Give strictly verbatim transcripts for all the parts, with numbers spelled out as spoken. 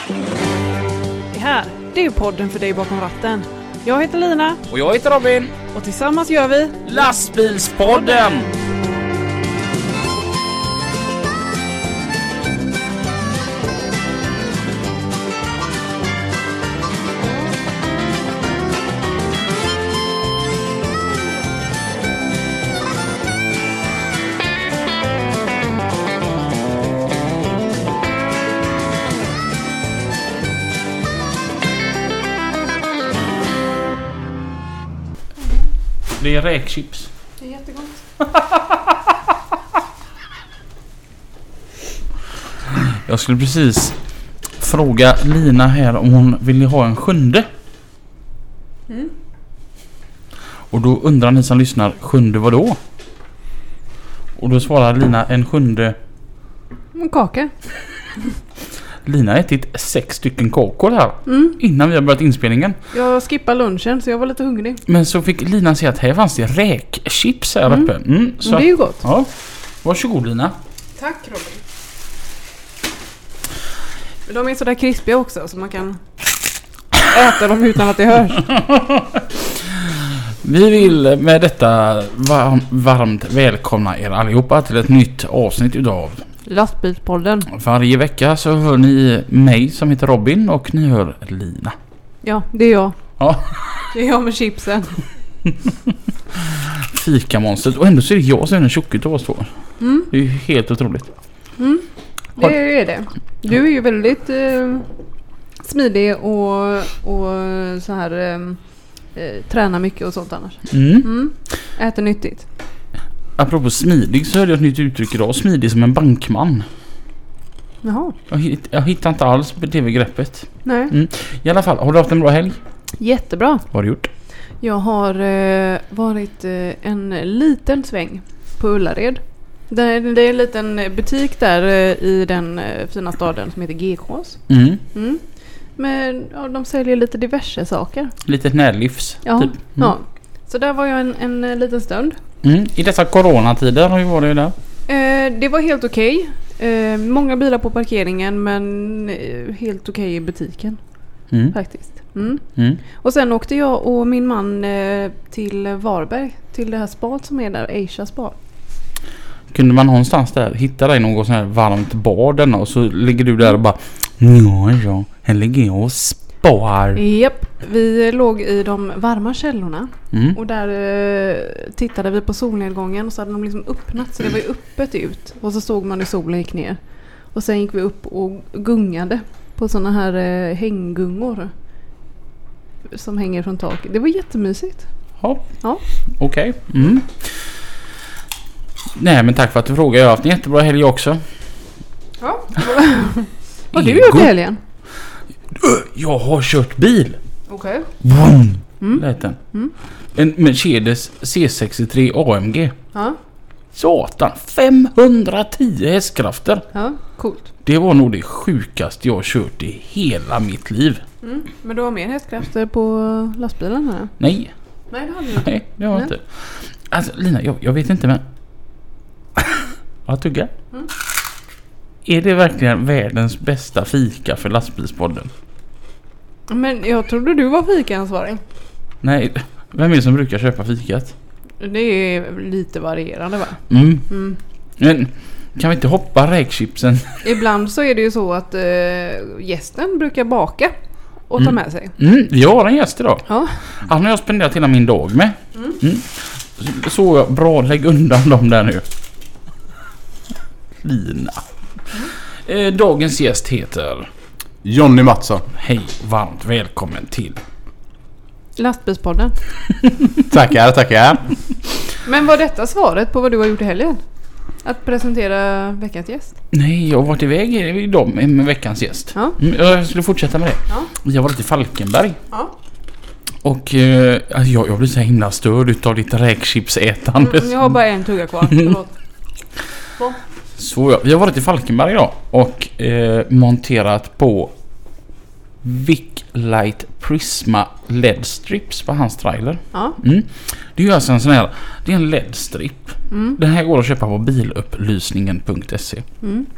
Det här, det är ju podden för dig bakom ratten. Jag heter Lina. Och jag heter Robin. Och tillsammans gör vi Lastbilspodden! Det är räkchips. Det är jättegott. Jag skulle precis fråga Lina här om hon vill ha en sjunde. Mm. Och då undrar ni som lyssnar, sjunde vad då? Och då svarar Lina en sjunde. En kaka. Lina har ätit sex stycken kakor här Mm. innan vi har börjat inspelningen. Jag skippade lunchen så jag var lite hungrig. Men så fick Lina se att här fanns det räkchips här Mm. uppe. Mm, så Men det är ju gott. ja, varsågod Lina. Tack Robin. De är sådär krispiga också så man kan äta dem utan att det hörs. Vi vill med detta var- varmt välkomna er allihopa till ett nytt avsnitt utav Lastbilspodden. Varje vecka så hör ni mig som heter Robin och ni hör Lina. Ja, det är jag. Ja, Det är jag med chipsen. fikamonstret. Och ändå så är det jag som är den tjockigt av oss två. Mm. Det är ju helt otroligt. Mm. Har- Det är det. Du är ju väldigt eh, smidig och, och så här eh, eh, tränar mycket och sånt annars. Mm. Mm. Äter nyttigt. Apropå smidig så hörde jag ett nytt uttryck idag. Smidig som en bankman. Jaha. Jag, hitt, jag hittar inte alls på det begreppet. Nej. Mm. I alla fall, har du haft en bra helg? Jättebra. Vad har du gjort? Jag har eh, varit eh, en liten sväng på Ullared. Det är, det är en liten butik där eh, i den eh, fina staden som heter G K:s. Mm. Mm. Men ja, de säljer lite diverse saker. Lite närlivs, Ja. typ. Mm. Ja. Så där var jag en, en eh, liten stund. Mm. I dessa coronatider har ju varit där. Eh, det var helt okej. Eh, många bilar på parkeringen men eh, helt okej i butiken Mm. faktiskt. Mm. Mm. Och sen åkte jag och min man eh, till Varberg, till det här spat som är där, Asia spa. Kunde man någonstans där hitta dig någon sån här varmt bad och så ligger du där och bara ja, ja, här ligger jag och spar. Japp, vi låg i de varma källorna Mm. och där eh, tittade vi på solnedgången och så hade de liksom öppnat så det var ju öppet ut och så såg man hur solen gick ner. Och sen gick vi upp och gungade på såna här eh, hänggungor som hänger från taket. Det var jättemysigt. Ja, Ja. okej. Okay. Mm. Nej, men tack för att du frågar. Jag har haft en jättebra helg också. Ja. Vad har du gjort i helgen? Jag har kört bil. Okej. Vroom, Mm. lät den. Mm. En Mercedes C sextiotre A M G. Ja. Satan, femhundratio hästkrafter. Ja, coolt. Det var nog det sjukaste jag har kört i hela mitt liv. Mm. Men du har mer hästkrafter på lastbilen här? Nej, Nej, det hade du inte. nej, det har jag Nej. inte. Alltså Lina, jag, jag vet inte men... Vad tugga? Mm. Är det verkligen världens bästa fika för lastbilspodden? Men jag trodde du var fikaansvarig. Nej, vem är det som brukar köpa fikat? Det är lite varierande va? Mm. Mm. Men kan vi inte hoppa räkchipsen? Ibland så är det ju så att äh, gästen brukar baka och ta Mm. med sig. Mm, jag har en gäst idag. Ja. Han har jag spenderat hela min dag med. Mm. Mm. Så, så jag bra, lägg undan dem där nu. Lina. Eh, dagens gäst heter... Johnny Mattsson. Hej, varmt välkommen till. Lastbilspodden. Tackar, tackar. Men var detta svaret på vad du har gjort i helgen? Att presentera veckans gäst? Nej, jag har varit iväg idag med, med veckans gäst. Ja. Mm, jag skulle fortsätta med det. Ja. Jag var lite i Falkenberg. Ja. Och eh, alltså, jag, jag blir så himla störd utav ditt räkchipsätande. Mm, jag har bara en tugga kvar. Förlåt. Så. Så ja, vi har varit i Falkenberg idag och eh, monterat på Vic Light Prisma L E D-strips på hans trailer. Ja. Mm. Det är ju alltså en sån här, det är en L E D-strip. Mm. Den här går att köpa på bilupplysningen punkt se. Mm.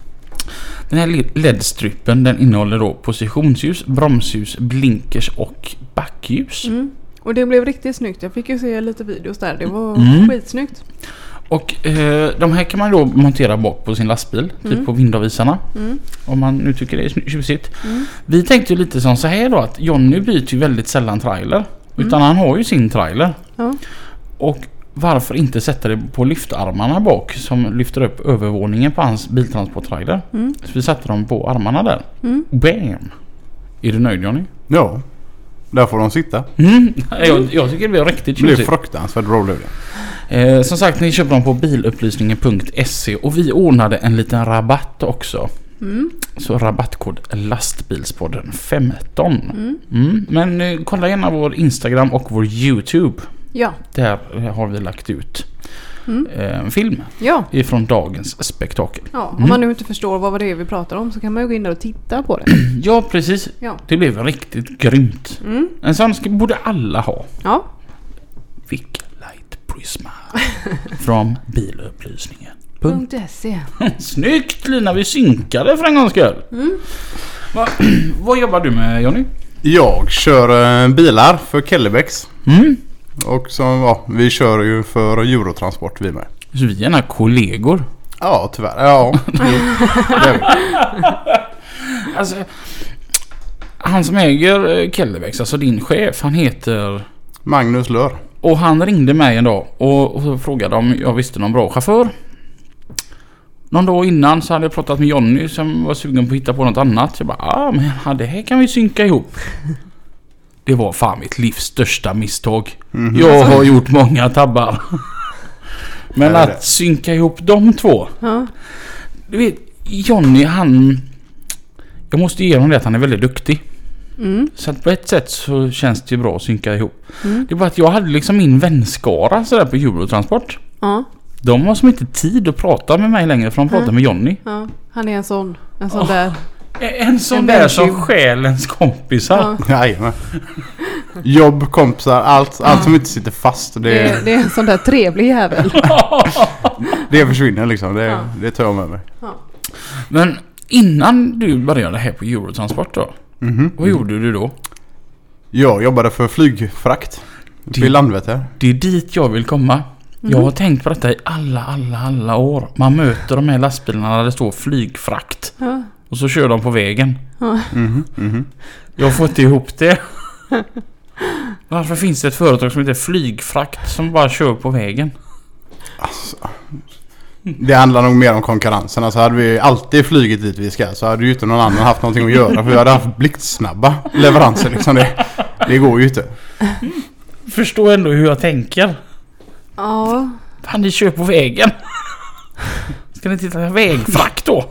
Den här L E D-strippen, den innehåller då positionsljus, bromsljus, blinkers och backljus. Mm. Och det blev riktigt snyggt. Jag fick ju se lite videos där. Det var Mm. skitsnyggt. Och eh, de här kan man då montera bak på sin lastbil, Mm. typ på vindavvisarna. Mm. Om man nu tycker det är sny- tjusigt. Mm. Vi tänkte ju lite som så här då, att Johnny byter ju väldigt sällan trailer. Utan han har ju sin trailer. Ja. Och varför inte sätta det på lyftarmarna bak som lyfter upp övervåningen på hans biltransporttrailer. Mm. Så vi satte dem på armarna där. Mm. Bam! Är du nöjd, Johnny? Ja, där får de sitta. Mm. Jag, jag tycker det blir riktigt Det blir tjusigt. fruktansvärt roligt. Eh, som sagt, ni köper dem på bilupplysningen punkt se och vi ordnade en liten rabatt också. Mm. Så rabattkod lastbilspodden femton. Mm. Mm. Men eh, kolla gärna vår Instagram och vår YouTube. Ja. Där har vi lagt ut Mm. eh, en film Ja. ifrån dagens spektakel. Ja. Om Mm. man nu inte förstår vad det är vi pratar om så kan man ju gå in där och titta på det. Ja, precis. Ja. Det blev riktigt grymt. Mm. En sån ska, borde alla ha. Ja. Vic Light Prisma från bilupplysningen. Punkt .se. Snyggt Lina, vi synkade för en gångs skull. Mm. Va, vad jobbar du med, Johnny? Jag kör eh, bilar för Kellebecks. Mm. Och så, ja, vi kör ju för Eurotransport vi med. Så vi är gärna kollegor. Ja, tyvärr. Ja, det, det är vi. Alltså, han som äger eh, Kellebecks, alltså din chef, han heter... Magnus Lör. Och han ringde mig en dag och, och så frågade om jag visste någon bra chaufför. Någon dag innan så hade jag pratat med Johnny som var sugen på att hitta på något annat. Jag bara, ah, men ja, det här kan vi synka ihop. Det var fan mitt livs största misstag. Mhm. Jag har gjort många tabbar. Men Är det att synka ihop de två. Ja. Du vet, Johnny han... Jag måste ge honom det att han är väldigt duktig. Mm. Så att på ett sätt så känns det ju bra att synka ihop. Mm. Det var att jag hade liksom min vänskara sådär på Eurotransport. Ja. De har som inte tid att prata med mig längre för de pratar Mm. med Johnny. Ja. Han är en sån. En sån Oh. där. En sån En där vän som till- själens kompisar. Ja. Jajamän. Jobb, kompisar, allt, allt som inte sitter fast. Det, Det, är, det är en sån där trevlig jävel. det försvinner liksom. Det, Ja. det tar jag med mig. Ja. Men innan du började här på Eurotransport då, Mhm. vad gjorde du då? Jag jobbade för flygfrakt. Det- Vid Landvetter. Det är dit jag vill komma. Jag har tänkt på detta i alla, alla, alla år. Man möter de här lastbilarna där det står flygfrakt. Ja. Och så kör de på vägen. Ja. Mhm, mhm. Jag har fått ihop det. Varför finns det ett företag som heter Flygfrakt som bara kör på vägen? Alltså, det handlar nog mer om konkurrensen. Alltså hade vi alltid flugit dit vi ska så hade ju inte någon annan haft någonting att göra. För vi hade haft blixtsnabba leveranser liksom. Det, det går ju inte. Förstår ändå hur jag tänker. Ja. Fan, ni kör på vägen. Ska ni titta på vägfrakt då?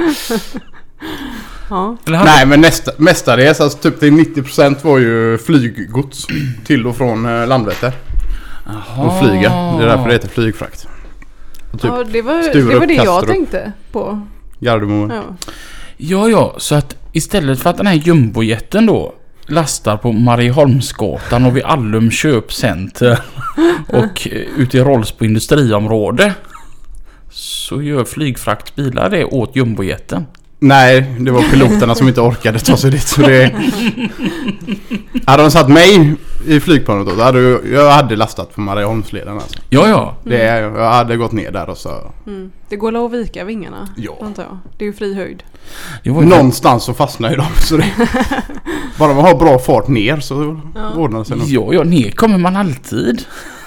Ja. Eller har- Nej, men nästa, mestadels, alltså typ till nittio procent var ju flyggods till och från eh, Landvetter. Jaha. Och flyga. Det är därför det heter flygfrakt. Och typ Ja, det var, Sturup, det var det jag Kastrup. tänkte på. Gardermoen. Ja. Ja, ja, så att istället för att den här jumbojätten då lastar på Marieholmsgatan och vid Allum köpcenter och eh, ute i Rolls på industriområde, så gör flygfraktbilar det åt jumbojätten. Nej, det var piloterna som inte orkade ta sig dit. Så det... Hade de satt mig i flygplanet då, då hade jag, jag hade lastat på Marieholmsleden alltså. Ja, ja. Det, jag hade gått ner där och så... Mm. Det går att vika vingarna, Ja. antar jag. Det är ju fri höjd. Det var ju Någonstans så fastnar ju de. Så det... Bara man har bra fart ner så Ja. ordnar det sig nog. Ja, ja, ner kommer man alltid.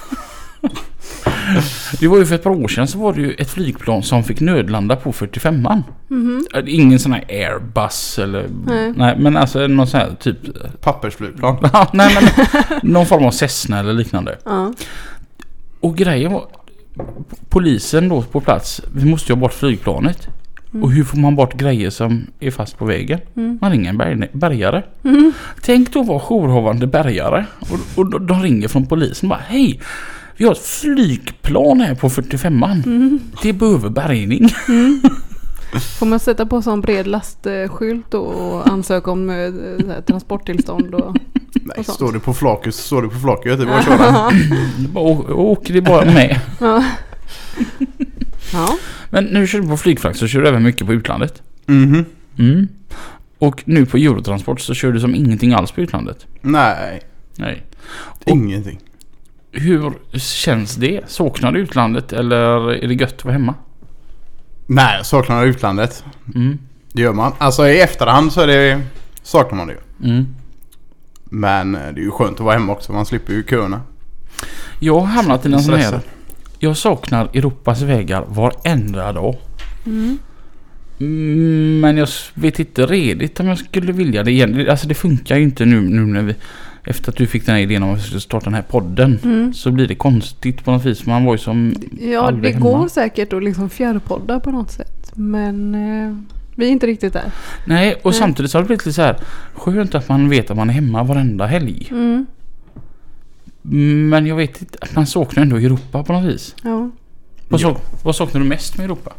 Det var ju för ett par år sedan så var det ju ett flygplan som fick nödlanda på fyrtiofemman. Mhm. Ingen sån här Airbus eller... Nej. Nej, men alltså någon sån här typ... Pappersflygplan. Ja, nej, men någon form av Cessna eller liknande. Ja. Och grejen var... Polisen då på plats, vi måste ju ha bort flygplanet. Och hur får man bort grejer som är fast på vägen? Mm. Man ringer en berg, bärgare. Mm. Tänk då vara jourhavande bärgare. Och, och de- de ringer från polisen och bara, hej, vi har ett flygplan här på fyrtiofemman. Mm. Det behöver bärgning. Får man sätta på sån bred lastskylt då och ansöka om eh, så här, transporttillstånd och... Nej, Och sånt. står det på flaket så står det på flaket. Det är bara att köra. Det bara å- åker det bara med. Ja. Ja. Men nu kör du på flygfrakt så kör du även mycket på utlandet. Mhm. Mm. Och nu på Eurotransport så kör du som ingenting alls på utlandet. Nej, Nej. Och ingenting. hur känns det? Saknar du utlandet eller är det gött att vara hemma? Nej, saknar utlandet. Mm. Det gör man. Alltså i efterhand så är det, saknar man det ju. Mm. Men det är ju skönt att vara hemma också. Man slipper ju köerna. Jag har hamnat i en sån här... Stressen. Jag saknar Europas vägar varenda dag. Mm. Mm, men jag vet inte redigt om jag skulle vilja det igen. Alltså det funkar ju inte nu, nu när vi... Efter att du fick den här idén om att vi skulle starta den här podden. Mm. Så blir det konstigt på något vis. Man var ju som... Ja, aldrig det hemma. går säkert att liksom fjärrpodda på något sätt. Men eh, vi är inte riktigt där. Nej, och Nej. samtidigt så har det blivit lite så här skönt att man vet att man är hemma varenda helg. Mm. Men jag vet inte, att man saknar ändå Europa på något vis. Ja. Vad, sak, vad saknar du mest med Europa?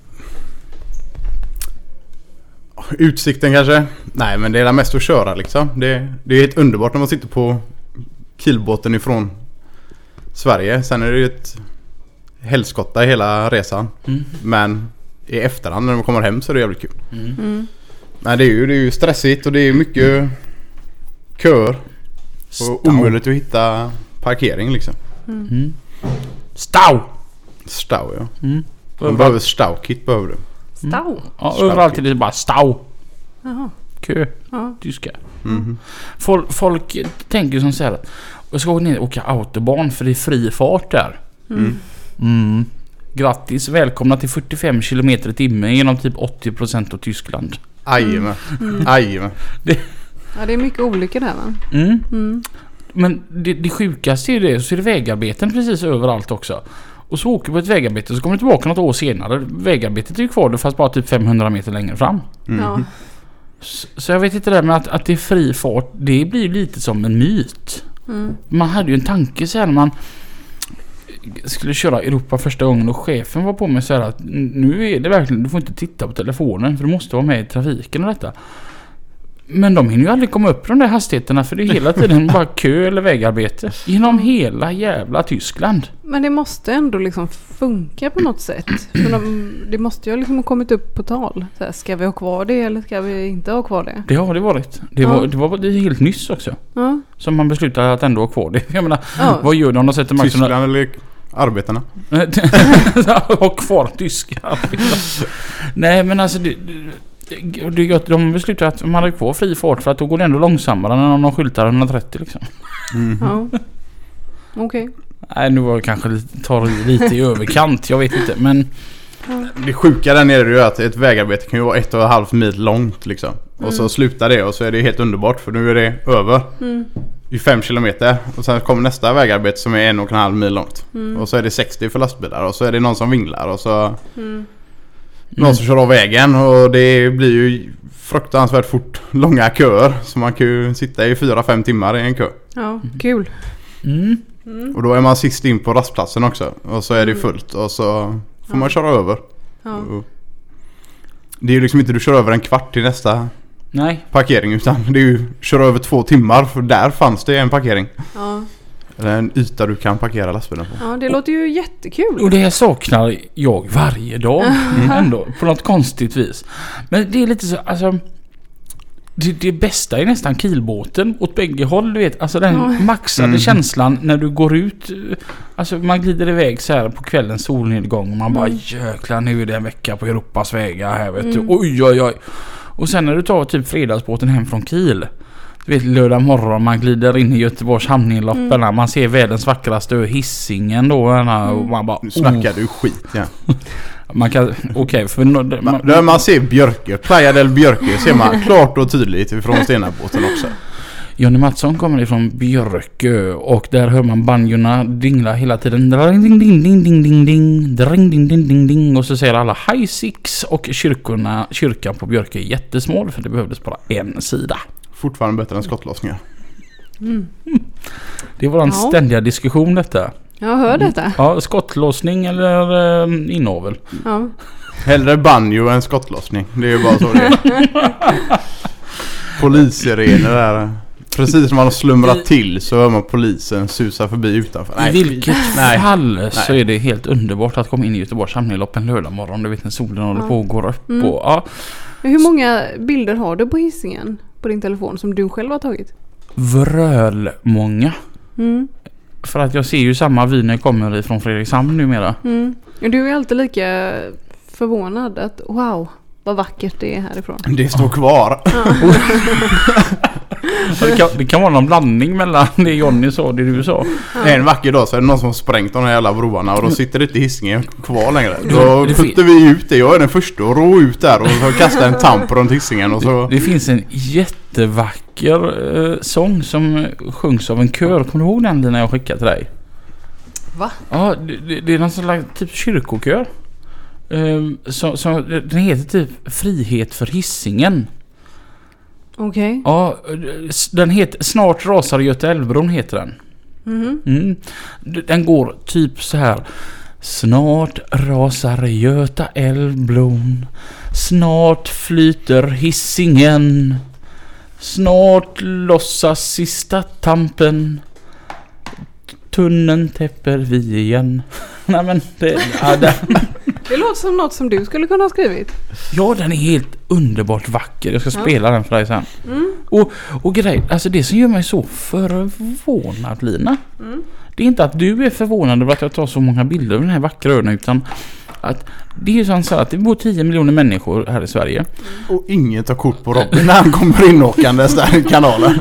Utsikten kanske? Nej, men det är mest att köra liksom. Det, det är helt underbart när man sitter på kilbåten ifrån Sverige. Sen är det ju ett helskotta i hela resan. Mm. Men i efterhand när man kommer hem så är det jävligt kul. Mm. Mm. Nej, det är ju, det är ju stressigt och det är mycket köer. Och omöjligt att hitta parkering liksom. Mm. Stau! Stau, ja. Mm. Man behöver stau-kit, behöver du. Stau. Ja, Stau. överallt är det bara stau. Jaha. Kö. Ja. Tyska. Mhm. Folk, folk tänker ju som så här att jag ska gå ner och åka autobahn för det är fri fart där. Mm. Mm. Grattis, välkomna till fyrtiofem kilometer i timmen genom typ åttio procent av Tyskland. Ajamän. Mm. Ajamän. Ja, det är mycket olika där, va? Mm. Mm. Men det, det sjukaste är ju det, så är det vägarbeten precis överallt också. Och så åker vi på ett vägarbete så kommer du tillbaka något år senare. Vägarbetet är ju kvar, fast bara typ femhundra meter längre fram. Mm. Ja. Så, så jag vet inte det där med att, att det är fri fart, det blir ju lite som en myt. Mm. Man hade ju en tanke så här när man skulle köra Europa första gången och chefen var på mig så här att nu är det verkligen, du får inte titta på telefonen för du måste vara med i trafiken och detta. Men de hinner ju aldrig komma upp på de där hastigheterna för det är hela tiden bara kö eller vägarbete genom hela jävla Tyskland. Men det måste ändå liksom funka på något sätt. För de, det måste ju liksom ha kommit upp på tal. Så här, ska vi ha kvar det eller ska vi inte ha kvar det? Det har det varit. Det Ja. var, det var det helt nyss också. Ja. Som man beslutade att ändå ha kvar det. Jag menar, Ja. vad gör de om de sätter maxen? Tyskland eller arbetarna? Ha kvar tyska arbetare. Nej men alltså det, det, det är gott. De beslutade att man hade kvar fri fart för att då går det ändå långsammare när de skyltar etthundratrettio liksom. Mhm. Ja. Okej. Nej nu var det kanske lite, tar lite i överkant. Jag vet inte men Det sjuka där nere är ju att ett vägarbete kan ju vara ett och ett halvt mil långt liksom. Mm. Och så slutar det och så är det helt underbart för nu är det över Mm. i fem kilometer. Och sen kommer nästa vägarbete som är en och en halv mil långt. Mm. Och så är det sextio för lastbilar och så är det någon som vinglar och så Mm. någon som kör av vägen och det blir ju fruktansvärt fort långa köer. Så man kan ju sitta i fyra fem timmar i en kö. Ja, kul. mm. Mm. Och då är man sist in på rastplatsen också. Och så är det fullt och så får man köra över. Ja. Och det är ju liksom inte du kör över en kvart till nästa Nej. parkering utan det är ju köra över två timmar för där fanns det en parkering. Ja. Eller en yta du kan parkera lastbilen på. Ja, det låter ju jättekul. Och det här saknar jag varje dag ändå på något konstigt vis. Men det är lite så alltså det, det bästa är nästan kilbåten åt bägge håll, du vet. Alltså den Ja. maxade Mm. känslan när du går ut. Alltså man glider iväg så här på kvällens solnedgång och man bara Mm. jäklar nu är det en vecka på Europas vägar här vet du. Mm. Oj oj oj. Och sen när du tar typ fredagsbåten hem från Kiel. Du vet lördag morgon man glider in i Göteborgs hamninloppen. Mm. Man ser världens vackraste ö, Hisingen då. Och man bara Nu snackar du skit, ja. man kan, okej okay, för no, Man, där man ser Björke, Playa del Björke ser man klart och tydligt från Stenabåten också. Johnny Mattsson kommer ifrån Björkö och där hör man banjorna dingla hela tiden. Ding ding ding ding ding ding ding ding ding ding ding ding och så säger alla high six och kyrkorna, kyrkan på Björkö är jättesmål för det behövdes bara en sida. Fortfarande bättre än skottlossningar. Mm. Det var en Ja. ständiga diskussion detta. Jag hör detta. Ja, skottlossning eller eh, inavel. Ja. Hellre banjo än skottlossning. Det är ju bara så det är. Polissirener där. Precis som man har slumrat till så hör man polisen susa förbi utanför. I vilket Nej. fall så Nej. är det helt underbart att komma in i Göteborgs hamninlopp en lördag morgon. Du vet när solen håller Ja. på och går upp. Mm. Och, ja. Hur många bilder har du på Hisingen på din telefon som du själv har tagit? Vröl många. Mm. För att jag ser ju samma vy när jag kommer ifrån Fredrikshamn numera. Mm. Och du är alltid lika förvånad att wow, vad vackert det är härifrån. Det står kvar. Det kan, det kan vara någon blandning mellan det Johnny sa och det du sa. Ja. En vacker dag så är det någon som har sprängt de här jävla broarna och då sitter inte Hisingen kvar längre. Då Ja, det skjuter vi ut det. Jag är den första att ro ut där och så kastar en tamp runt Hisingen och så... Det, det finns en jättevacker eh, sång som sjungs av en kör. Kommer du ihåg den när jag skickade till dig? Va? Ja, det, det, det är någon slags typ kyrkokör. Um, så, så, den heter typ Frihet för Hisingen. Okej. Okay. Ja, den heter Snart rasar Göta älvbron heter den. Mm-hmm. Mm. Den går typ så här. Snart rasar Göta älvbron. Snart flyter Hisingen. Snart lossas sista tampen. Tunneln täpper vi igen. Nej men det, ja, det. Det låter som något som du skulle kunna ha skrivit. Ja, den är helt underbart vacker. Jag ska ja. spela den för dig sen. Mm. Och, och grej, alltså det som gör mig så förvånad, Lina. Mm. Det är inte att du är förvånad över att jag tar så många bilder av den här vackra ön, utan att det är ju så att det bor tio miljoner människor här i Sverige. Mm. Och ingen tar kort på Robin när han kommer in åkandes där i kanalen.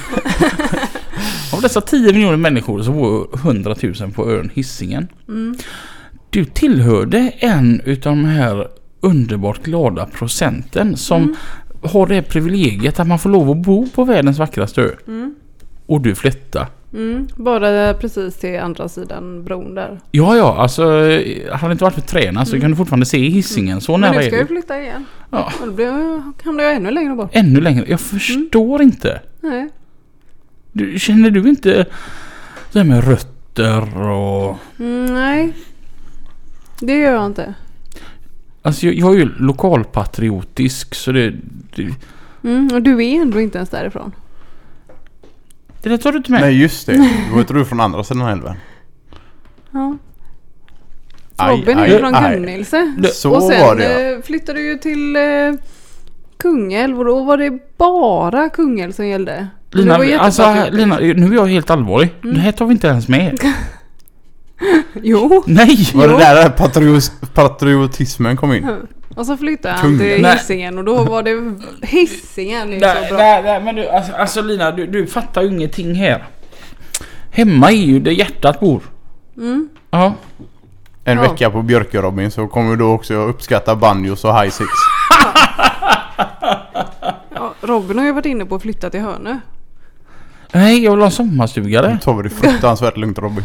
Av dessa tio miljoner människor så bor hundratusen på ön Hisingen. Mm. Du tillhörde en utav de här underbart glada procenten som mm. har det privilegiet att man får lov att bo på världens vackraste ö. Mm. Och du flyttar. Mm. Bara precis till andra sidan bron där. Ja, ja. Alltså, hade det inte varit för träna så mm. kan du fortfarande se Hisingen. Mm. Så nära är Men nu ska du. jag flytta igen. Ja. Och då blir jag, hamnar jag ännu längre bort. Ännu längre. Jag förstår mm. inte. Nej. Du, känner du inte det här med rötter och... Mm, nej. Det gör jag inte. Alltså jag, jag är ju lokalpatriotisk så det... det... Mm, och du är ändå inte ens därifrån. Det där tar du inte med. Nej, just det. Du var du från andra sidan älven. Ja. Aj, Robin aj, är från aj. Gunnilse. Så och sen var det, ja. flyttade du ju till eh, Kungälv och då var det bara Kungälv som gällde. Lina, alltså, Lina, nu är jag helt allvarlig. Mm. Det här tar vi inte ens med. Jo. Nej. Var det där patrios, patriotismen kom in? Mm. Och så flyttade han Kungälv. till Hisingen och då var det Hisingen. Det är nej, så bra. nej, nej, men du, alltså, alltså Lina, du, du fattar ju ingenting här. Hemma är ju där hjärtat bor. Mm. Ja. En ja. vecka på Björke, Robin, så kommer du också uppskatta banjos och high six. Ja, Robin har ju varit inne på att flytta till Hönö. Nej, jag vill ha en sommarstuga där. Nu tar vi det fruktansvärt lugnt, Robin.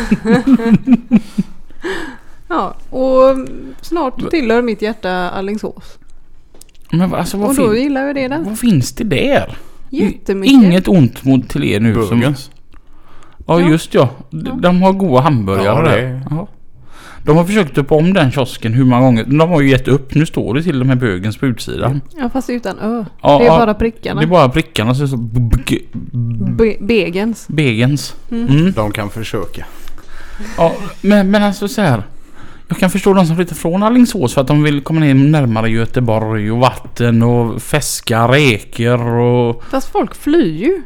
Ja, och snart tillhör mitt hjärta Alingsås. Men alltså, vad och då fin- gillar vi det där. Vad finns det där? Jättemycket. Inget ont mot till er nu. Burgens. Som... Ja, Ja. just ja. De, Ja. de har goda hamburgare Ja, där. det- Ja. De har försökt upp om den kiosken hur många gånger. De har ju gett upp. Nu står det till och med bögens på utsidan. Ja, fast utan ö. Ja, det är ja, bara prickarna. Det är bara prickarna. Så så b- b- Be- Begens. Begens. Mm. Mm. De kan försöka. Ja, men, men alltså så här. Jag kan förstå de som flyttar från Alingsås för att de vill komma ner närmare Göteborg och vatten och fäska räkor och... Fast folk flyr ju.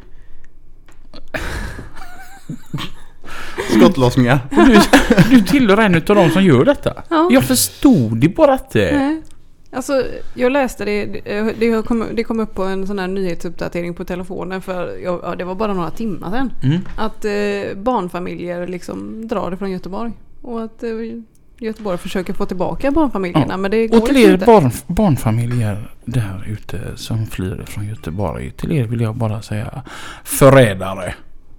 Skottlossningar. Du, du tillhör en av de som gör detta. Ja. Jag förstod det bara inte. Nej. Alltså, jag läste det, det, det, kom, det kom upp på en sån här nyhetsuppdatering på telefonen för jag, ja, det var bara några timmar sedan. Mm. Att eh, barnfamiljer liksom drar ifrån Göteborg. Och att eh, Göteborg försöker få tillbaka barnfamiljerna, Ja. men det går Och till liksom er inte. barn, barnfamiljer där ute som flyr från Göteborg, till er vill jag bara säga förrädare.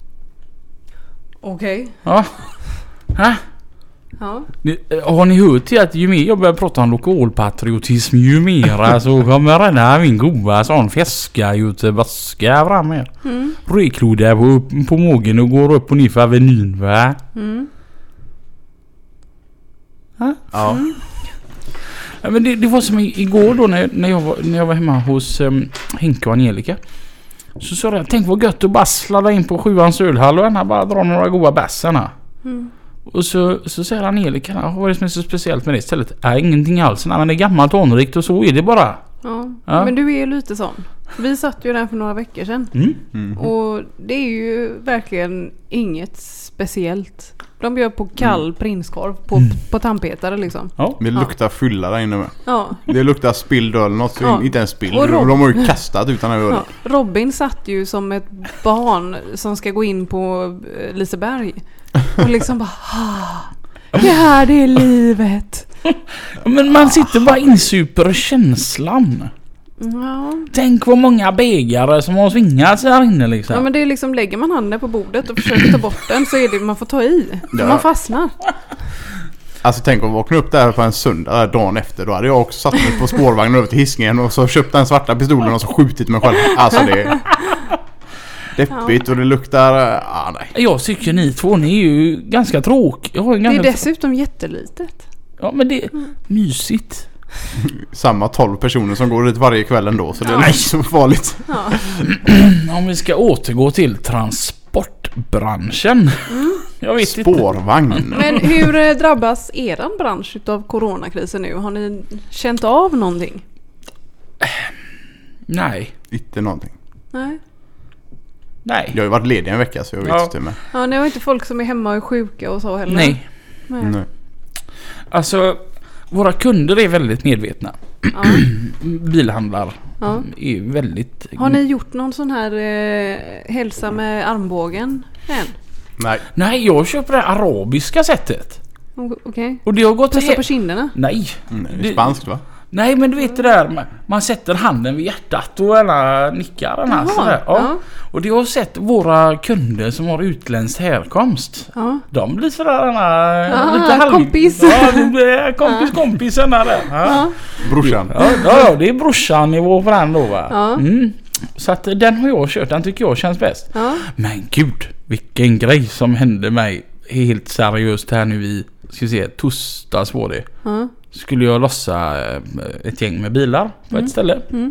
Okej. Ja. Hä? Ja. Ni- Har ni hört till att ju mer jag börjar prata om lokalpatriotism ju mera så kommer den här min goda sån fäska göteborgska fram här. Mm. Röklodda på, på magen och går upp och ner för Avenyn, va? Mm. Ja. Ja, men det, det var som i- igår då när, när, jag, var, när jag var hemma hos um, Henke och Angelica. Så sa jag, tänk vad gött att bara sladda in på sjuans ölhall och ena bara dra några goda bässarna. Mm. Och så, så säger Angelica, vad är det som är så speciellt med det stället? Nej, ingenting alls. Nej, men det är gammalt och anrikt och så är det bara. Ja. Ja. Men du är ju lite sån. Vi satt ju där för några veckor sedan. Mm. Mm. Och det är ju verkligen inget speciellt. De bjöd på kall mm. prinskorv på, mm. på tandpetare liksom. Ja. Det luktar fylla där inne med. Ja. Det luktar spilld öl, något, Ja. inte en spill. Och Rob- de har ju kastat utan öl. Ja. Robin satt ju som ett barn som ska gå in på eh, Liseberg. Och liksom bara, ah, det här det är livet. Men man sitter bara insuper känslan. Ja. Tänk vad många bägare som har svingats här inne liksom. Ja, men det är liksom, lägger man handen på bordet och försöker ta bort den så är det man får ta i. Ja. Man fastnar. Alltså tänk att vakna upp där på en söndag dagen efter. Då hade jag också satt mig på spårvagnen över till Hisingen och så köpt den svarta pistolen och så skjutit mig själv. Alltså det är deppigt och det luktar... Ah, nej. Jag tycker ni två, ni är ju ganska tråkiga. Jag har en Det är ganska... dessutom jättelitet. Ja, men det är mysigt. Samma tolv personer som går dit varje kväll ändå. Så det är Nej. inte så farligt. Ja. Om vi ska återgå till transportbranschen. Mm. Jag vet Spårvagn. Men hur eh, drabbas eran bransch av coronakrisen nu? Har ni känt av någonting? inte. Nej. Inte någonting. Nej. Nej. Jag har ju varit ledig en vecka så jag vet Ja. inte. Men... Ja, ni har inte folk som är hemma och är sjuka och så heller? Nej. Nej. Nej. Alltså, våra kunder är väldigt medvetna. Ja. Bilhandlar Ja. är väldigt... Har ni gjort någon sån här eh, hälsa med armbågen än? Nej. Nej, jag köper det arabiska sättet. O- Okej. Och det har gått... Pussa he- på kinderna? Nej. Nej, det Det- är spanskt va? Nej, men du vet det där, man, man sätter handen vid hjärtat och alla nickar den här Jaha, sådär. Ja. ja. Och det har sett våra kunder som har utländsk härkomst. Ja. De blir sådär denna, Ah, kompis. Ja, det blir kompis kompisen där. Ja. Ja. Brorsan. Ja, ja, ja, det är brorsan nivå på den då va. Ja. Mm. Så att den har jag kört, den tycker jag känns bäst. Ja. Men gud, vilken grej som hände mig helt seriöst här nu i, ska vi se, torsdags var det. Ja. Skulle jag lossa eh, ett gäng med bilar på Mm. ett ställe. Mm.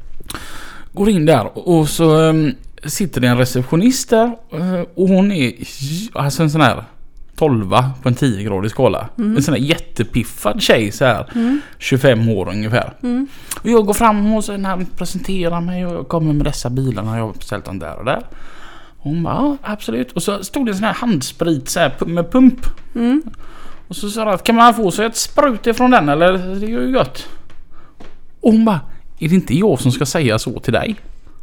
Går in där och så um, sitter det en receptionist där uh, och hon är alltså en sån här tolva på en tio-gradig skala. Mm. En sån här jättepiffad tjej så här, Mm. tjugofem år ungefär. Mm. Och jag går fram och så när han presenterar mig och jag kommer med dessa bilarna, jag har beställt dem där och där. Hon bara, ja, absolut. Och så stod det en sån här handsprit så här, pu- med pump. Mm. Och så sa jag att kan man få så ett sprut ifrån den eller? Det är ju gott. Och hon bara, är det inte jag som ska säga så till dig?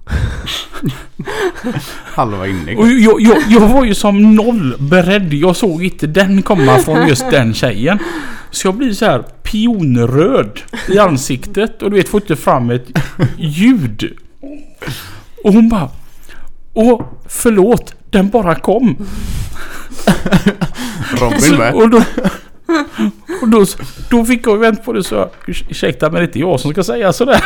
Halva inne. Och jag, jag, jag var ju som noll beredd. Jag såg inte den komma från just den tjejen. Så jag blir så här pionröd i ansiktet. Och du vet, får inte fram ett ljud. Och hon bara, åh förlåt, den bara kom. Robin med. Och då, och då, då fick jag vänt på det så ursäkta, men det är inte jag som ska säga sådär.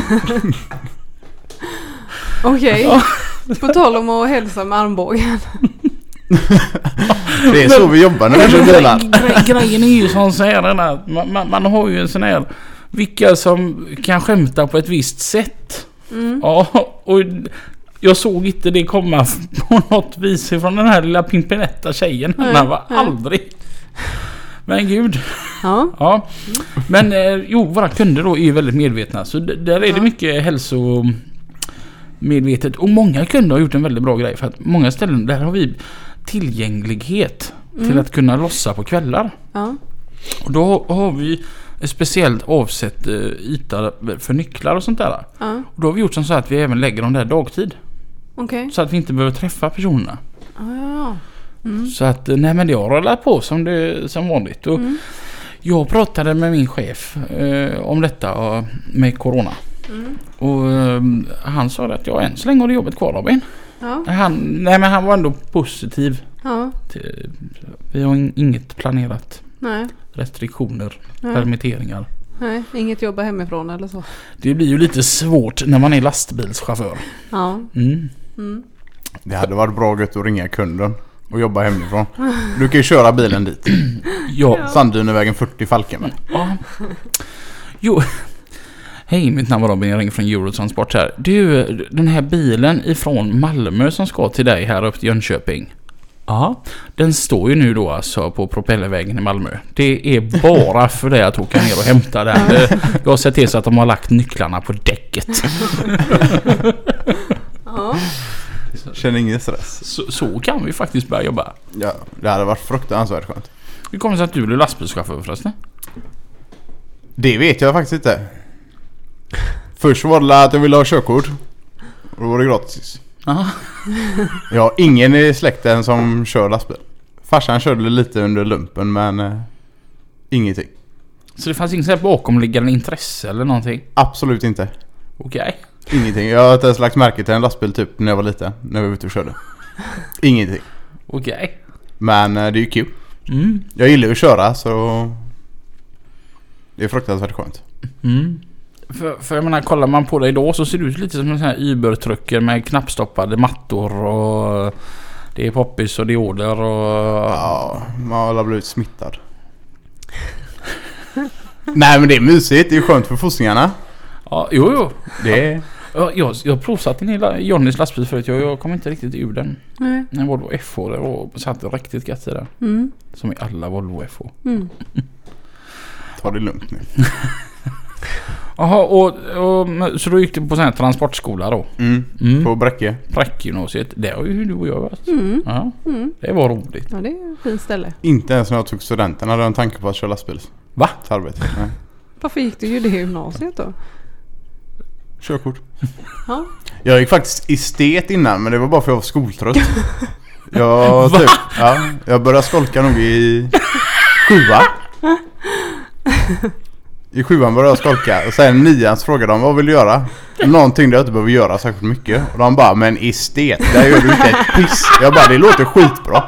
Okej. Ja. På tal om att hälsa med armbågen. Det är så vi jobbar när vi kör bilar. Gre- grejen är ju som så här, den här, man, man, man har ju en sån här, vilka som kan skämta på ett visst sätt. Mm. Ja, och jag såg inte det komma på något vis från den här lilla pimpinetta tjejen. Nej, Den var nej. aldrig. Men gud. Ja. Ja. Men eh, jo, våra kunder då är ju väldigt medvetna. Så d- där är det Ja. mycket hälsomedvetet. Och många kunder har gjort en väldigt bra grej. För att många ställen där har vi tillgänglighet till Mm. att kunna lossa på kvällar. Ja. Och då har vi ett speciellt avsett eh, yta för nycklar och sånt där. Ja. Och då har vi gjort som så att vi även lägger dem där dagtid. Okej. Så att vi inte behöver träffa personerna. Ja, ja. Mm. Så att, nej men det har rullat på som, det, som vanligt. Och Mm. jag pratade med min chef eh, om detta och, med corona. Mm. Och eh, han sa att jag än så länge har det jobbet kvar, Robin. Ja. Han, nej men han var ändå positiv. Ja. Till, vi har in, inget planerat. Nej. Restriktioner, Nej. permitteringar. Nej. Inget jobba hemifrån eller så. Det blir ju lite svårt när man är lastbilschaufför. Ja. Mm. Mm. Det hade varit bra gött att ringa kunden och jobba hemifrån. Du kan ju köra bilen dit. Ja. Sanddynevägen fyrtio Falkenberg. Ja. Jo. Hej, mitt namn är Robin. Jag ringer från Eurotransport här. Du, den här bilen ifrån Malmö som ska till dig här upp till Jönköping. Ja, den står ju nu då alltså på Propellervägen i Malmö. Det är bara för det att åka ner och hämta den. Jag har sett till så att de har lagt nycklarna på däcket. Ja. Känner ingen stress. Så, så kan vi faktiskt börja jobba. Ja, det hade varit fruktansvärt skönt. Hur kommer det sig att du blev lastbilschaufför förresten? Det vet jag faktiskt inte. Först var det att jag ville ha körkort. Och då var det gratis. Aha. Jag har ingen i släkten som kör lastbil. Farsan körde lite under lumpen, men eh, ingenting. Så det fanns inget sånt här bakomliggande intresse eller någonting? Absolut inte. Okej. Ingenting. Jag har inte ens lagt märke till en lastbil typ när jag var liten. När vi var ute och körde. Ingenting. Okej. Men eh, det är ju kul. Mm. Jag gillar ju att köra, så det är fruktansvärt skönt. Mm. För, för jag menar, kollar man på det idag så ser det ut lite som en sån här Uber-trucker med knappstoppade mattor och det är poppis och dioder och... Ja, man har blivit smittad. Nej, men det är mysigt. Det är ju skönt för fossningarna. Ja, jo, jo. Det är... Ja, jag, jag provsatt in i Johnnys lastbil förut. Jag, jag kom inte riktigt ur den. Nej. En Volvo F H där och satt riktigt gött i den. Mm. Som i alla Volvo F H. Mm. Ta det lugnt nu. Jaha, och, och så då gick du på sån här transportskola då? Mm. Mm. På Bräcke. Bräckegymnasiet. Det har ju du och jag varit. Mm. Ja, Mm. det var roligt. Ja, det är ett fint ställe. Inte ens när jag tog studenten hade jag en tanke på att köra lastbil. Va? Till arbete. Nej. Varför gick du ju det i gymnasiet då? Körkort. Ja. Jag gick faktiskt estet innan, men det var bara för att jag var skoltrött. Jag, typ, ja, jag började skolka nog i sjua. I sjuan började jag skolka. Och sen nians frågade de, vad vill du göra? Någonting där jag inte behöver göra särskilt mycket. Och de bara, men estet, där gör du inte ett piss. Jag bara, det låter skitbra.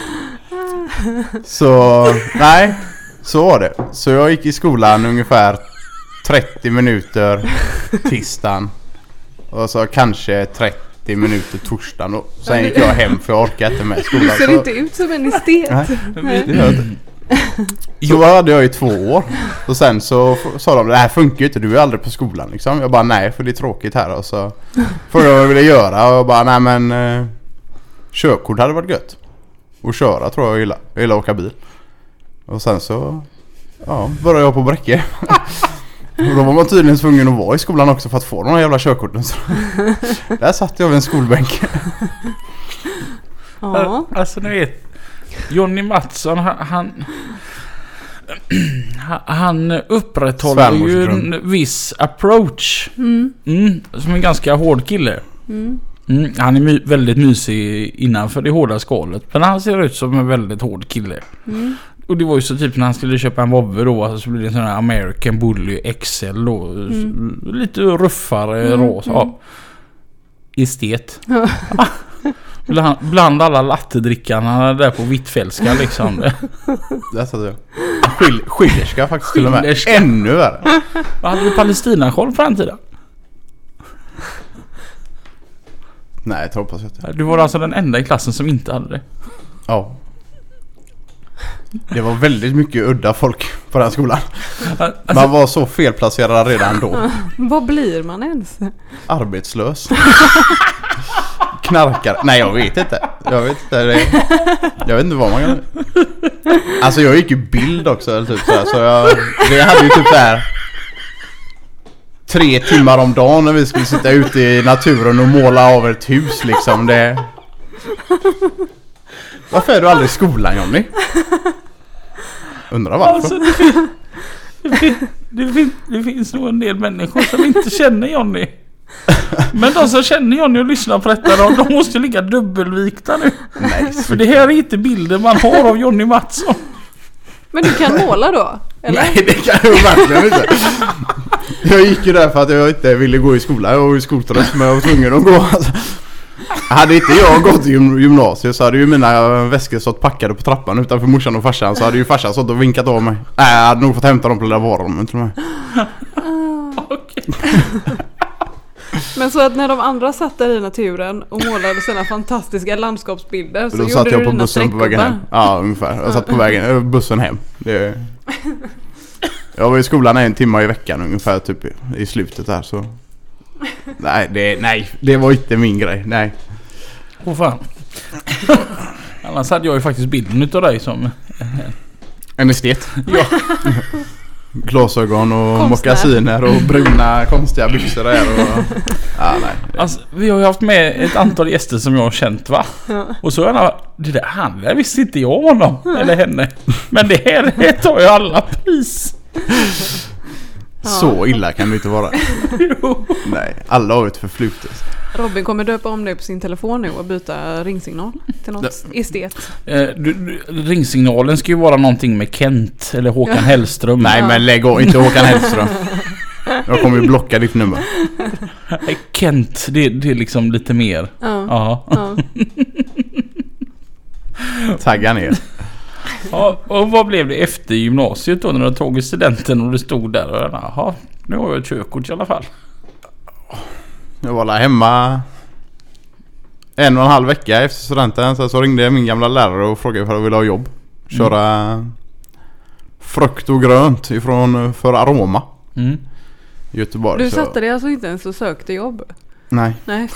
Så, nej, så var det. Så jag gick i skolan ungefär trettio minuter tisdagen. Och så kanske trettio minuter torsdagen. Och sen gick jag hem för jag orkade inte med skolan. Du ser så... inte ut som en estet. Nej, Nej. det gör jag inte. Så hade jag i två år. Och sen så sa de, det här funkar ju inte, du är aldrig på skolan liksom. Jag bara, nej, för det är tråkigt här. Och så frågade jag vad jag ville göra. Och jag bara, nej men eh, körkort hade varit gött. Och köra tror jag jag gillar. Jag gillar att åka bil. Och sen så ja, började jag på Bräcke. Och då var man tydligen tvungen att vara i skolan också för att få de här jävla körkorten. Så där satt jag vid en skolbänk. Ja. Alltså ni vet, Johnny Mattsson han han, han upprätthåller ju en viss approach. Mm. Mm, som en ganska hård kille. Mm. Mm, han är my- väldigt mysig innanför det hårda skalet. Men han ser ut som en väldigt hård kille. Mm. Och det var ju så typ när han skulle köpa en Volvo då, alltså, så blev det en sån här American Bully X L då. Mm. Lite ruffare Mm, rosa. mm. Ja. Estet. Ja. Bland, bland alla lattedrickarna där på Hvitfeldtska liksom. Där satt jag. Skil- skillerska faktiskt till och med. Skillerska. Ännu värre. Vad hade du Palestina-skål på den tiden? Nej, jag hoppas inte. Du var alltså den enda i klassen som inte hade det. Ja. Det var väldigt mycket udda folk på den skolan. Alltså, Man var så felplacerad redan då. Vad blir man ens? Arbetslös. Knarkare. Nej, jag vet inte. Jag vet inte. Det... Jag vet inte vad man kan. Alltså jag gick ju bild också eller typ så här, så jag det hade ju typ så här tre timmar om dagen när vi skulle sitta ute i naturen och måla av ett hus liksom. Det... Varför är du aldrig i skolan, Johnny? Undrar varför. Alltså, det, fin- det, fin- det, fin- det finns nog en del människor som inte känner Johnny. Men de som känner Johnny och lyssnar på detta, de, de måste ligga dubbelvikta nu. Nej, För det här är inte bilden man har av Johnny Mattsson. Men du kan måla då? Eller? Nej, det kan jag verkligen inte. Jag gick ju där för att jag inte ville gå i skolan. Jag var ju skoltrött, men jag var tvungen att gå. Alltså, hade inte jag gått i gym- gymnasiet så hade ju mina väskor stått packade på trappan utanför morsan och farsan. Så hade ju farsan stått och vinkat av mig. Nej, jag hade nog fått hämta dem på lilla varummet till och med. Okej. Men så att när de andra satt där i naturen och målade sina fantastiska landskapsbilder så Då gjorde satt du jag på dina bussen på vägen hem. streckgubbar. Ja, ungefär. Jag satt på vägen, bussen hem. Det... Jag var i skolan en timme i veckan ungefär typ i slutet där så. Nej, det, nej, det var inte min grej. Nej. Åh fan. Annars hade jag ju faktiskt bilden utav dig som... En estet. Ja. Glasögon och Konstnär. mockasiner och bruna konstiga byxor där och... Ja, nej. Alltså, vi har ju haft med ett antal gäster som jag har känt, va? Ja. Och så är det, det där handlar visste inte jag honom eller henne. Men det här det tar ju alla pris. Så illa kan det inte vara. Jo. Nej, alla har ett förflutet. Robin kommer döpa om det på sin telefon nu och byta ringsignal till något estet. Eh, du, du, ringsignalen ska ju vara någonting med Kent eller Håkan Ja. Hellström. Nej, men lägg av, inte Håkan Hellström. Jag kommer ju blocka ditt nummer. Kent, det, det är liksom lite mer. Ja. Ja. Ja. Tagga ner. Ja, och vad blev det efter gymnasiet då när du tog studenten och du stod där och jaha, nu har jag ett körkort i alla fall. Jag var där hemma en och en halv vecka efter studenten. Så, så ringde min gamla lärare och frågade om jag ville ha jobb. Köra mm. frukt och grönt ifrån för Aroma Mm. i Göteborg. Du så. satte dig alltså inte ens och sökte jobb? Nej. Nej.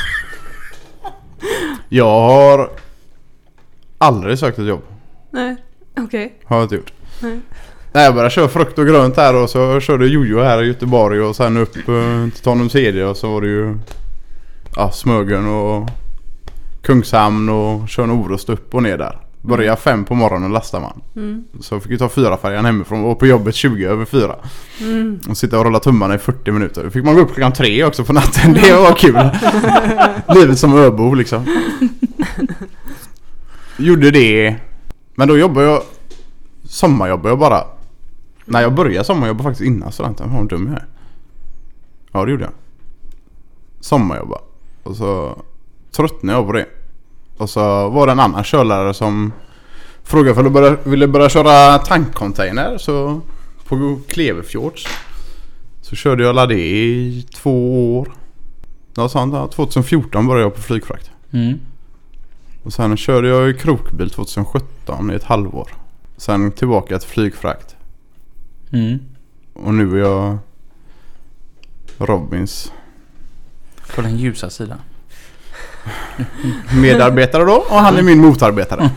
Jag har aldrig sökt ett jobb. Nej. Okej. Okay. Har jag inte gjort. Nej. Nej, jag började köra frukt och grönt här och så körde Jojo här i Göteborg och sen upp uh, till Tanumshede och så var det ju ja, Smögen och Kungshamn och körde Orust upp och ner där. Började fem på morgonen lasta man. Mm. Så fick jag ta fyra färjan hemifrån och på jobbet tjugo över fyra. Mm. Och sitta och rulla tummarna i fyrtio minuter. Då fick man gå upp klockan tre också på natten. Det var kul. Livet som öbo liksom. Gjorde det. Men då jobbade jag sommarjobbade jag bara. Nej, jag började sommarjobba faktiskt innan studenten. Vad dum jag är. Ja, det gjorde jag. Sommarjobba. Och så tröttnade jag på det. Och så var det en annan körlärare som frågade för att börja, ville börja köra tankcontainer så på Klevefjords. Så körde jag la det i två år. Ja, sant, tjugohundrafjorton började jag på flygfrakt. Mm. Och sen körde jag i krokbil tjugosjutton i ett halvår. Sen tillbaka till flygfrakt. Mm. Och nu är jag Robins På den ljusa sidan. medarbetare då. Och han är min motarbetare.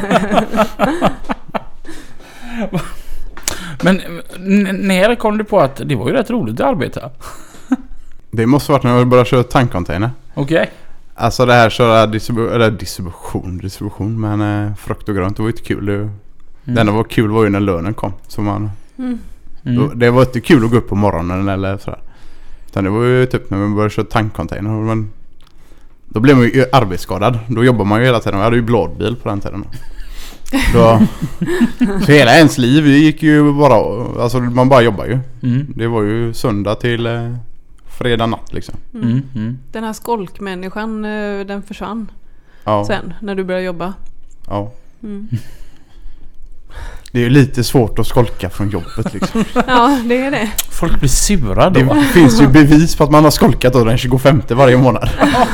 Men n- när kom du på att det var ju rätt roligt att arbeta? Det måste varit när jag började köra tankcontainer. Okej. Okay. Alltså det här köra distribu- eller distribution, distribution men eh, frukt och grönt, det var inte kul. Det, mm. det enda var kul var ju när lönen kom. Så man, Mm. Mm. då, det var inte kul att gå upp på morgonen eller sådär. Utan det var ju typ när man började köra tankcontainer. Men då blev man ju arbetsskadad. Då jobbar man ju hela tiden. Jag hade ju bladbil på den tiden. Då, så hela ens liv gick ju bara, alltså man bara jobbar ju. Mm. Det var ju söndag till eh, fredag natt liksom. Mm. Mm. Mm. Den här skolkmänniskan, eh, den försvann Ja, sen när du började jobba. ja. Mm. Det är ju lite svårt att skolka från jobbet liksom. Ja, det är det. Folk blir sura då. Det finns ju bevis på att man har skolkat då den tjugofemte varje månad.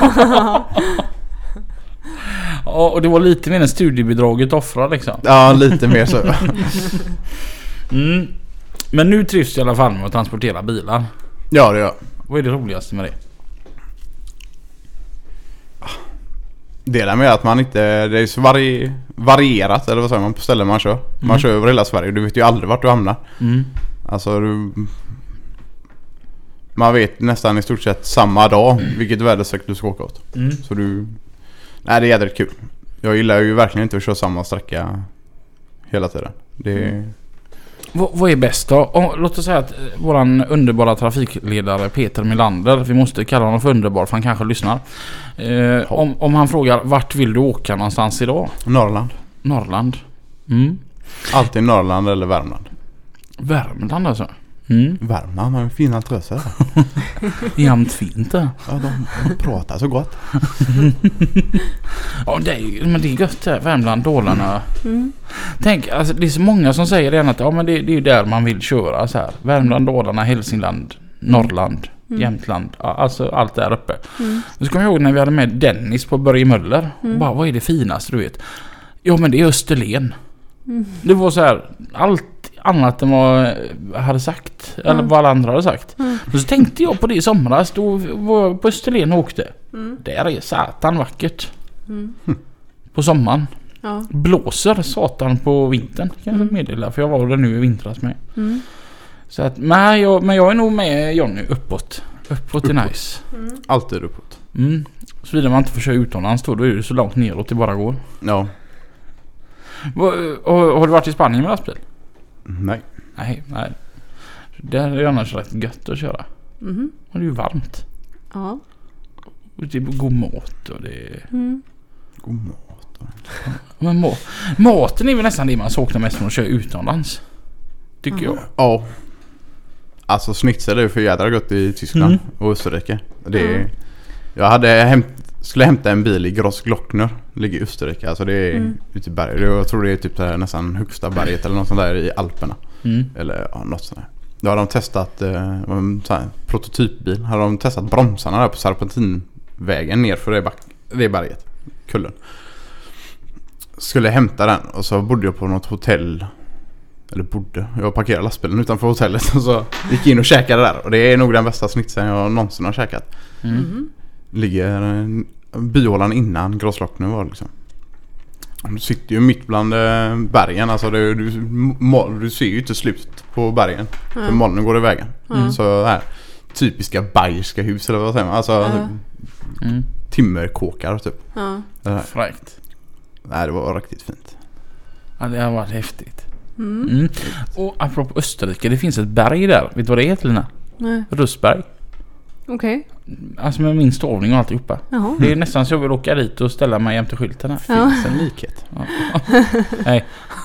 Ja, och det var lite mer än studiebidraget offra liksom. Ja, lite mer så. Mm. Men nu trivs du i alla fall med att transportera bilar. Ja, det gör. Vad är det roligaste med det? Det där med att man inte, det är så vari, varierat, eller vad säger man, på ställen man kör. Man Mm. kör över hela Sverige, du vet ju aldrig vart du hamnar. Mm. Alltså du, man vet nästan i stort sett samma dag vilket väderstreck du ska åka åt. Mm. Så du, nej det är jävligt kul. Jag gillar ju verkligen inte att köra samma sträcka hela tiden. Det Mm. V- vad är bäst då? Om, låt oss säga att eh, våran underbara trafikledare Peter Melander, vi måste kalla honom för underbar för han kanske lyssnar. Eh, om, om han frågar vart vill du åka någonstans idag? Norrland. Norrland. Mm. Alltid Norrland eller Värmland. Värmland alltså. Mm. Värmland har ju fina trösor. Jämt fint det. Ja, de, de pratar så gott. Ja, det är, ju- men det är gött det. Värmland, Dalarna. Mm. Tänk, alltså, det är så många som säger redan att ja, men det, det är ju där man vill köra så här. Värmland, Dalarna, Hälsingland, Norrland, Mm. Jämtland. Ja, alltså allt där uppe. Mm. Och så kommer jag ihåg när vi hade med Dennis på Börje Möller. Mm. Och bara, vad är det finaste du vet? Ja, men det är Österlen. Mm. Det var så här, allt annat än vad jag hade sagt. Eller Mm. vad alla andra hade sagt. Mm. Och så tänkte jag på det i somras. Då var jag på Österlen och åkte. Mm. Där är satan vackert. Mm. På sommaren. Ja. Blåser satan på vintern kan jag Mm. meddela. För jag var där nu i vintras med. Mm. Så att, nej, jag, men jag är nog med Johnny uppåt. Uppåt är nice. Mm. Alltid uppåt. Mm. Så vidare man inte får köra utomlands då, då är det så långt neråt det bara går. Ja. Va- och, har du varit i Spanien med lastbil? Nej. Nej, nej. Där är det annars rätt gött att köra. Mhm. Och det är ju varmt. Ja. Och det är god mat och det är... Mm. God mat. Men ma- maten är väl nästan det man saknar mest från att köra utomlands. Tycker Ja. jag. Ja. Alltså schnitzel är ju för jädra gott i Tyskland Mm. och Österrike. Det är, Ja. Jag hade hämt, skulle hämta en bil i Grossglockner. Ligger i Österrike. Alltså det är Mm. ute i berget. Jag tror det är typ det här nästan högsta berget eller något sånt där i Alperna. Mm. Eller ja, något sånt där. Då har de testat eh, en sån här prototypbil. Har de testat bromsarna där på serpentinvägen ner för det, back, det berget. Kullen. Skulle hämta den och så bodde jag på något hotell. Eller bodde. Jag parkerade lastbilen utanför hotellet och så gick in och käkade där. Och det är nog den bästa snitsen jag någonsin har käkat. Mm. Mhm. Ligger eh, byhålan innan Grossglockner var liksom. Du sitter ju mitt bland eh, bergen. Alltså det, du, mo- du ser ju inte slut på bergen. För Ja. molnen går i vägen. Mm. Så här typiska bayerska hus eller vad säger man? Alltså Ja. Mm. timmerkåkar typ. Ja. Det här. Fräckt. Nej, det var riktigt fint. Ja, det har varit häftigt. Mm. Mm. Och apropå Österrike, det finns ett berg där. Vet du vad det heter, Lina? Nej. Russberg. Okej. Alltså med min stavning och alltihopa. Jaha. Det är nästan så jag vill åka dit och ställa mig jämte skylten här. Ja. Finns en likhet. Nej.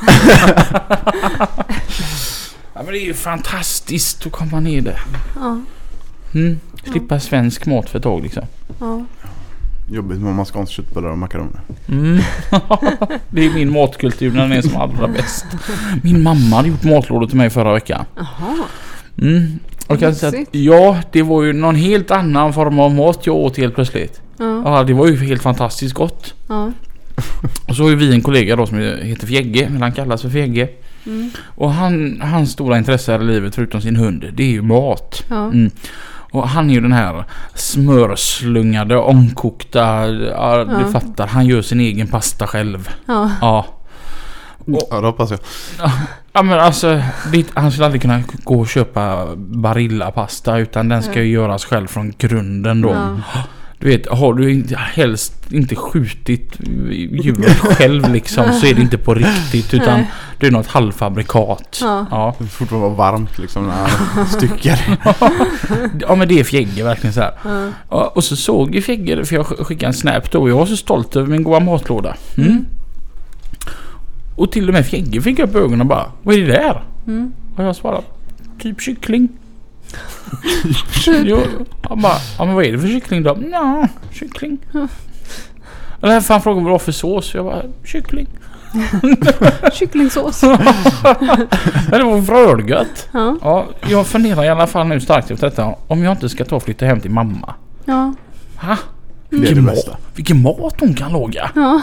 Ja, men det är ju fantastiskt att komma ner där. Ja. Mm. Slippa svensk mat för ett tag liksom. Ja. Jobbigt med mascans köttbullar och makaroner. Mm. Det är min matkultur när den är som allra bäst. Min mamma hade gjort matlådor till mig förra veckan. Jaha. Mm. Och jag säga att, Mysigt. ja, det var ju någon helt annan form av mat jag åt helt plötsligt. Ja. Ja, det var ju helt fantastiskt gott. Ja. Och så har ju vi en kollega då som heter Fjägge, men han kallas för Fjägge. Mm. Och han, hans stora intresse här i livet förutom sin hund, det är ju mat. Ja. Mm. Och han är ju den här smörslungade, omkokta, ja, du Ja. fattar, han gör sin egen pasta själv. Ja. Ja. Ja, det hoppas jag. Ja men alltså, det, han skulle aldrig kunna gå och köpa Barilla-pasta utan den ska ju göras själv från grunden då. Ja. Du vet, har du inte, helst inte skjutit djuret själv liksom så är det inte på riktigt utan Nej. det är något halvfabrikat. Ja. Ja. Det får fortfarande vara varmt liksom när han styckar. Ja men det är Fjägge verkligen så här. Ja. Ja, och så såg ju Fjägge, för jag skickade en snap då och jag var så stolt över min goda matlåda. Mm. Mm. Och till och med Fjägge fick upp ögonen och bara, vad är det där? Mm. Och jag svarade, typ kyckling. Typ. Jo, han bara, ja men vad är det för kyckling då? Ja, kyckling. Eller fan frågade vad det var för sås. Jag bara, kyckling. Kycklingsås. Men det var vrölgött. Ja. Ja, jag funderar i alla fall nu starkt efter detta. Om jag inte ska ta och flytta hem till mamma. Ja. Ha? Det är Vilken, det mat, bästa. vilken mat hon kan laga. Ja.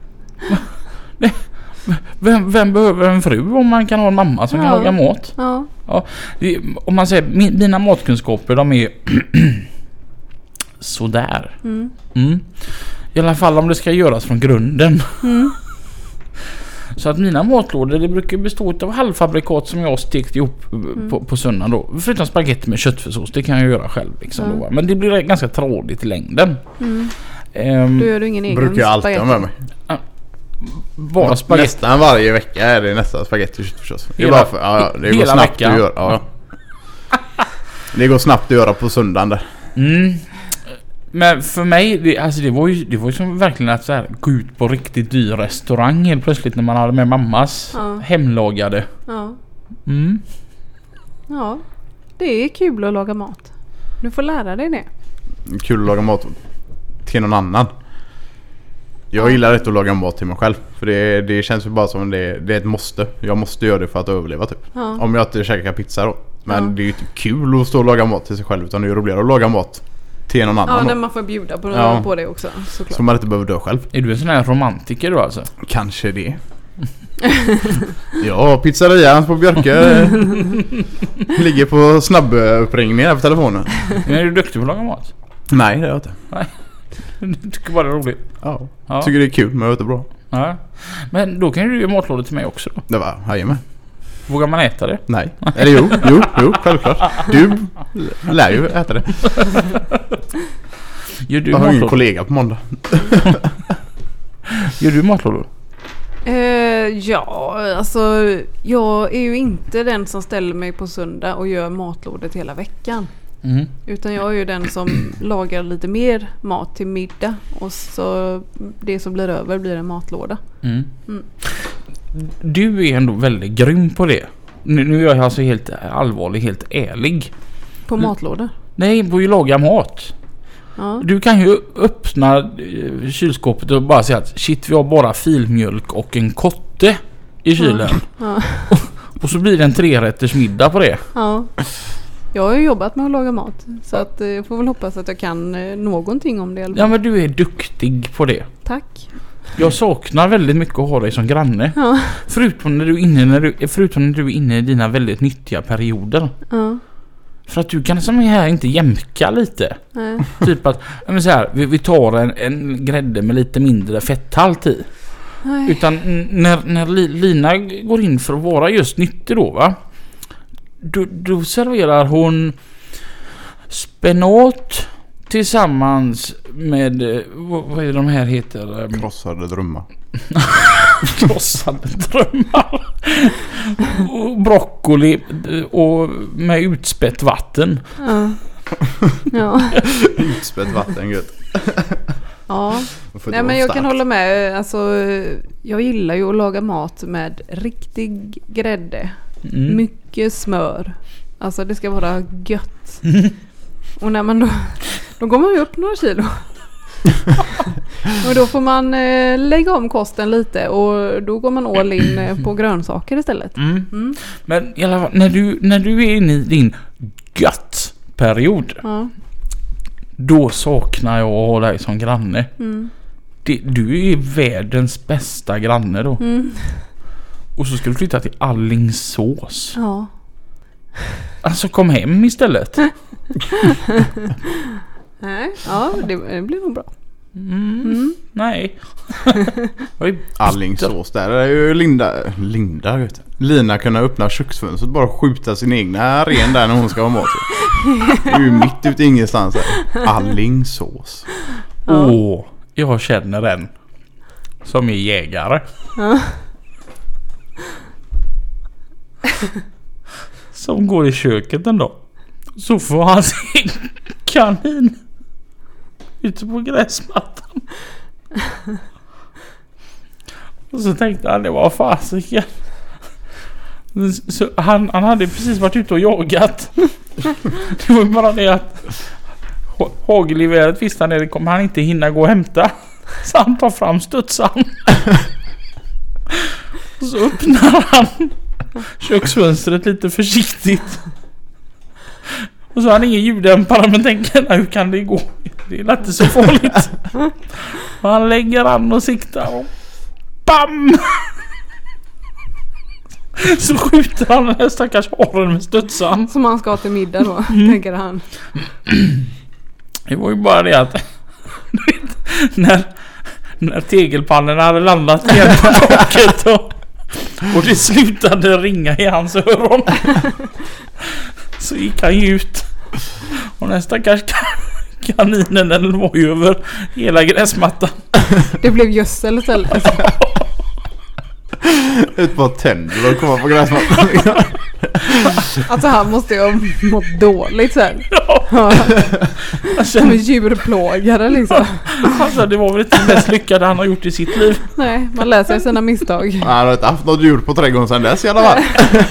Vem, vem behöver en fru om man kan ha en mamma som Ja. kan laga mat? Ja. Det, om man säger, min, mina matkunskaper de är sådär. Mm. Mm. I alla fall om det ska göras från grunden. Mm. Så att mina matlådor det brukar bestå av halvfabrikat som jag har stekt ihop Mm. på, på söndagen då. Förutom spaghetti med köttfärssås, det kan jag göra själv liksom Ja. då. Men det blir ganska trådigt i längden. Mm. Ehm, Då gör du ingen egen Brukar jag alltid ha med mig. bara spaghetti. Nästan varje vecka är det nästan spagetti och köttfärssås. Det är Hela- bara för, ja, ja, det går hela snabbt veckan. att göra. Ja. Det går snabbt att göra på söndagen där. Mm. Men för mig, det, alltså det var ju, det var ju som verkligen att så här, gå ut på riktigt dyr restaurang helt plötsligt när man hade med mammas Ja. hemlagade. Ja. Mm. Ja. Det är kul att laga mat. Du får lära dig det. Kul att laga mat till någon annan. Jag gillar inte att laga mat till mig själv. För det, det känns ju bara som det, det är ett måste. Jag måste göra det för att överleva typ. Ja. Om jag inte käkar pizza då. Men Ja. det är ju inte kul att stå och laga mat till sig själv. Utan det är roligare att laga mat till någon Ja, annan. när då. man får bjuda på, Ja. på det också. Såklart. Så man inte behöver dö själv. Är du en sån här romantiker då alltså? Kanske det. Ja, pizzerian på Björke ligger på snabbuppringning här på telefonen. Men är du duktig på att laga mat? Nej, det är jag inte. Du tycker bara det är roligt. Ja. Ja. Tycker det är kul men jag vet inte bra. Ja. Men då kan du göra matlådor till mig också då. Det var, jajamän. Vågar man äta det? Nej. Eller jo, jo, jo, självklart. Du lär ju äta det. Gör du Jag har ingen matlådor? kollega på måndag. Gör du matlådor? Eh, ja, alltså jag är ju inte den som ställer mig på söndag och gör matlådet hela veckan. Mm. Utan jag är ju den som lagar lite mer mat till middag och så det som blir över blir en matlåda. Mm. Mm. Du är ändå väldigt grym på det. Nu, nu är jag alltså helt allvarlig, helt ärlig. På Mm. matlåda? Nej, på att laga mat. Ja. Du kan ju öppna eh, kylskåpet och bara säga att shit, vi har bara filmjölk och en kotte i kylen. Ja. Och så blir det en trerätters middag på det. Ja. Jag har ju jobbat med att laga mat så att eh, jag får väl hoppas att jag kan eh, någonting om det. Ja, men du är duktig på det. Tack. Jag saknar väldigt mycket att ha dig som granne. Ja. Förutom när du är inne, när du, förutom när du är inne i dina väldigt nyttiga perioder. Ja. För att du kan som här inte jämka lite. Nej. Typ att men så här, vi, vi tar en, en grädde med lite mindre fetthalt i. Nej. Utan n- när, när Li- Lina går in för att vara just nyttig då, va? Då, då serverar hon spenat tillsammans med eh, vad, vad är de här heter? Um, Krossade drömmar. krossade drömmar. Och broccoli och med utspätt vatten. Ja. Ja. Utspätt vatten, gött. Ja. Får Nej, inte men vara jag starkt. kan hålla med. Alltså, jag gillar ju att laga mat med riktig grädde. Mm. Mycket smör. Alltså det ska vara gött. Och när man då, då går man ju upp några kilo. Och då får man eh, lägga om kosten lite och då går man all in eh, på grönsaker istället. Mm. Mm. Men i alla fall, när du, när du är inne i din gött-period, Ja. då saknar jag att ha dig som granne. Mm. Det, du är världens bästa granne då. Mm. Och så ska du flytta till Allingsås. Ja. Alltså kom hem istället. Nej. Ja, det, det blir nog bra. Mm. Mm. Nej. Oj. Allingsås, där är ju Linda, Linda vet du. Lina kunna öppna köksfönstret och bara skjuta sin egna ren där när hon ska ha mat. Det är ju mitt ute ingenstans här. Allingsås. Åh, oh, jag känner en som är jägare. Ja. Som går i köket en dag. Så får han sin kanin ute på gräsmattan. Och så tänkte han, det var fasiken. Så han, han hade precis varit ute och jagat. Det var bara det att ha- hagelgeväret visste han, det kommer han inte hinna gå och hämta. Så han tar fram studsan. Och så öppnar han köksfönstret lite försiktigt. Och så har han ingen ljuddämpare, men tänker, hur kan det gå? Det är inte så farligt. Och han lägger an och siktar och bam! Så skjuter han den här stackars haren med studsan. Som man ska ha till middag då, tänker han. Det var ju bara det att när, när tegelpannorna hade landat igen på taket och, och det slutade ringa i hans öron, så gick han ju ut. Och den stackars kaninen, den var ju över hela gräsmattan. Det blev gödsel istället. Ett par tänder och komma på gräsmattan. Alltså han måste ju ha mått dåligt sen. Ja. Ja. Jag Som kände, en djurplågare liksom. alltså, det var väl inte det mest lyckade han har gjort i sitt liv. Nej, man lär sig sina misstag. Han har inte haft något djur på trädgården sedan dess i alla fall.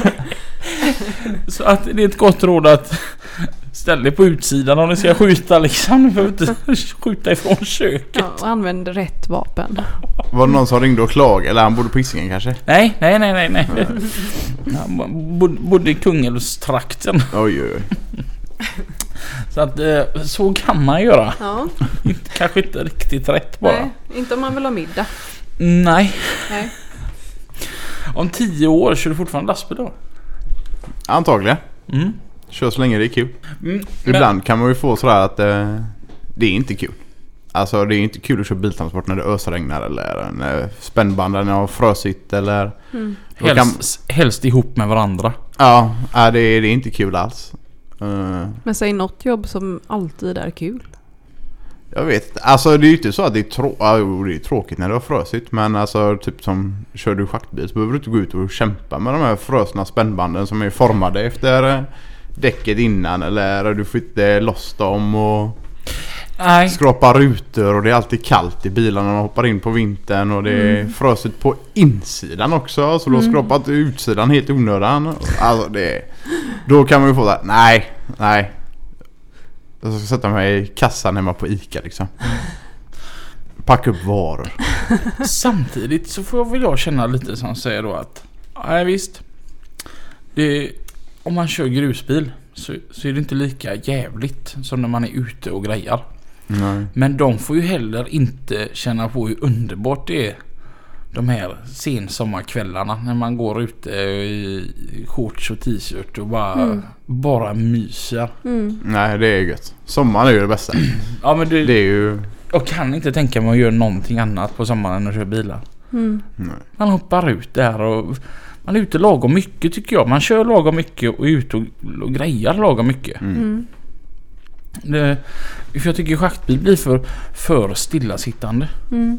Så att det är ett gott råd att ställa dig på utsidan om ni ska skjuta liksom. Ni behöver inte skjuta ifrån köket. Ja, och använd rätt vapen. Var det någon som ringde och klagade? Eller han bodde på Hisingen kanske? Nej, nej, nej, nej, nej. Han bod- bodde i Kungälvstrakten. Oj, oj, oj. Så att eh, så kan man göra. Ja, Kanske inte riktigt rätt bara. nej, inte om man vill ha middag. Nej. Nej. Om tio år kör du fortfarande lastbil då? Antagligen. Mm. Kör så länge det är kul. Mm. Ibland kan man ju få sådär att eh, det är inte kul. Alltså det är inte kul att köra biltransport när det ösregnar eller när spännbanden har frösigt eller... Mm. Helst, kan... helst ihop med varandra. Ja, det är, det är inte kul alls. Uh... Men säg något jobb som alltid är kul. Jag vet inte. Alltså det är ju inte så att det är, trå- ja, det är tråkigt när det har frösigt. Men alltså typ som kör du schaktbil så behöver du inte gå ut och kämpa med de här frösna spännbanden som är formade efter däcket innan. Eller du får inte loss dem och Nej. skrapa rutor och det är alltid kallt i bilarna när man hoppar in på vintern och det är mm. frösigt på insidan också. Så mm. du har skrapat utsidan helt onödan. Alltså det, då kan man ju få det. Nej, nej. Jag ska sätta mig i kassan hemma på Ica liksom. Packa upp varor. Samtidigt så får jag väl jag känna lite som säger då att nej visst. Det, om man kör grusbil så, så är det inte lika jävligt som när man är ute och grejar. Nej. Men de får ju heller inte känna på hur underbart det är de här sensommarkvällarna när man går ute i shorts och t-shirt och bara, mm. bara myser. Mm. Nej, det är gött. Sommaren är ju det bästa. Ja, men det, det är ju... Jag kan inte tänka mig att göra någonting annat på sommaren än att köra bilar. Mm. Man hoppar ut där och man är ute lagom mycket tycker jag. Man kör lagom mycket och är ute och, och grejar lagom mycket. Mm. Mm. Det, för jag tycker schaktbil blir för, för stillasittande. Mm.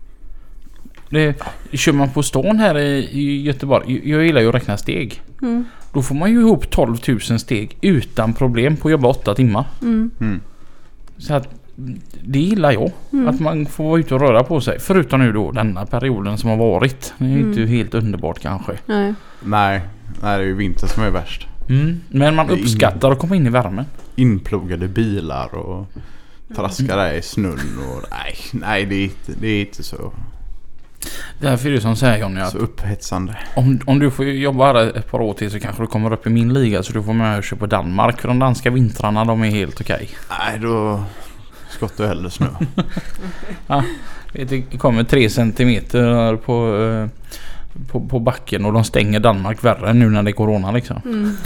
Det, kör man på stan här i, i Göteborg, jag gillar ju att räkna steg. Mm. Då får man ju ihop tolv tusen steg utan problem på att jobba åtta timmar. Mm. Mm. Så att det gillar jag. Mm. Att man får vara ute och röra på sig. Förutom nu då denna perioden som har varit. Det är mm. inte helt underbart kanske. Nej. Nej, nej det är ju vinter som är värst. Mm. Men man uppskattar in... att komma in i värmen. Inplogade bilar och traskar mm. där i snön. Och, nej, nej det, är inte, det är inte så... Därför är det som säger Johnny att så upphetsande. Om, om du får jobba här ett par år till så kanske du kommer upp i min liga så du får med och köpa på Danmark för de danska vintrarna de är helt okej. Nej då skott du hellre snö. Ja, det kommer tre centimeter på, på, på backen och de stänger Danmark värre nu när det är corona liksom. Mm.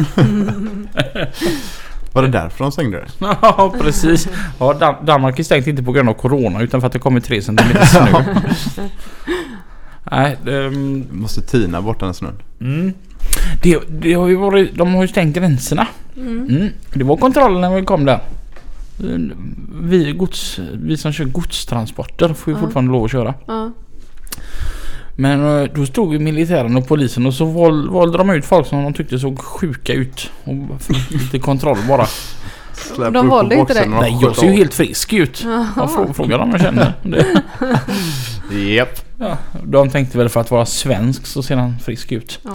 Var det därför de stängde det? Ja, precis. Ja, Dan- Danmark är stängt inte på grund av corona utan för att det kommer tre centimeter snö. Nej, det, um... måste tina bort den snön. Mm. Det, det har ju varit, de har ju stängt gränserna. Mm. Mm. Det var kontrollen när vi kom där. Vi, gods, vi som kör godstransporter får ju ja. fortfarande lov att köra. Ja. Men då stod ju militären och polisen och så val, valde de ut folk som de tyckte såg sjuka ut. Och lite kontroll bara. Släpp de valde inte det. Nej, jag ser ju helt frisk ut. Jag frå, frågar dem jag känner. Japp. Ja, de tänkte väl för att vara svensk så ser han frisk ut. Ja.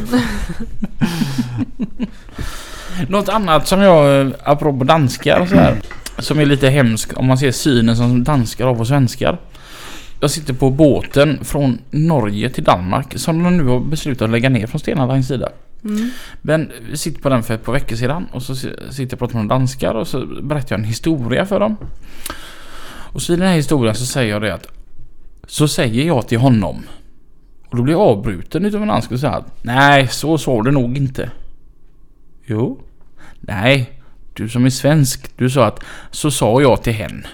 Något annat som jag, apropå danskar och så här, som är lite hemskt om man ser synen som danskar har på svenskar. Jag sitter på båten från Norge till Danmark som de nu har beslutat att lägga ner från Stena Lines sida. Mm. Men vi sitter på den för ett par veckor sedan och så sitter jag och pratar med danskar och så berättar jag en historia för dem. Och så i den här historien så säger jag det att så säger jag till honom och då blir jag avbruten utav en dansk och säger att nej, så sa det nog inte. Jo. Nej, du som är svensk, du sa att så sa jag till henne.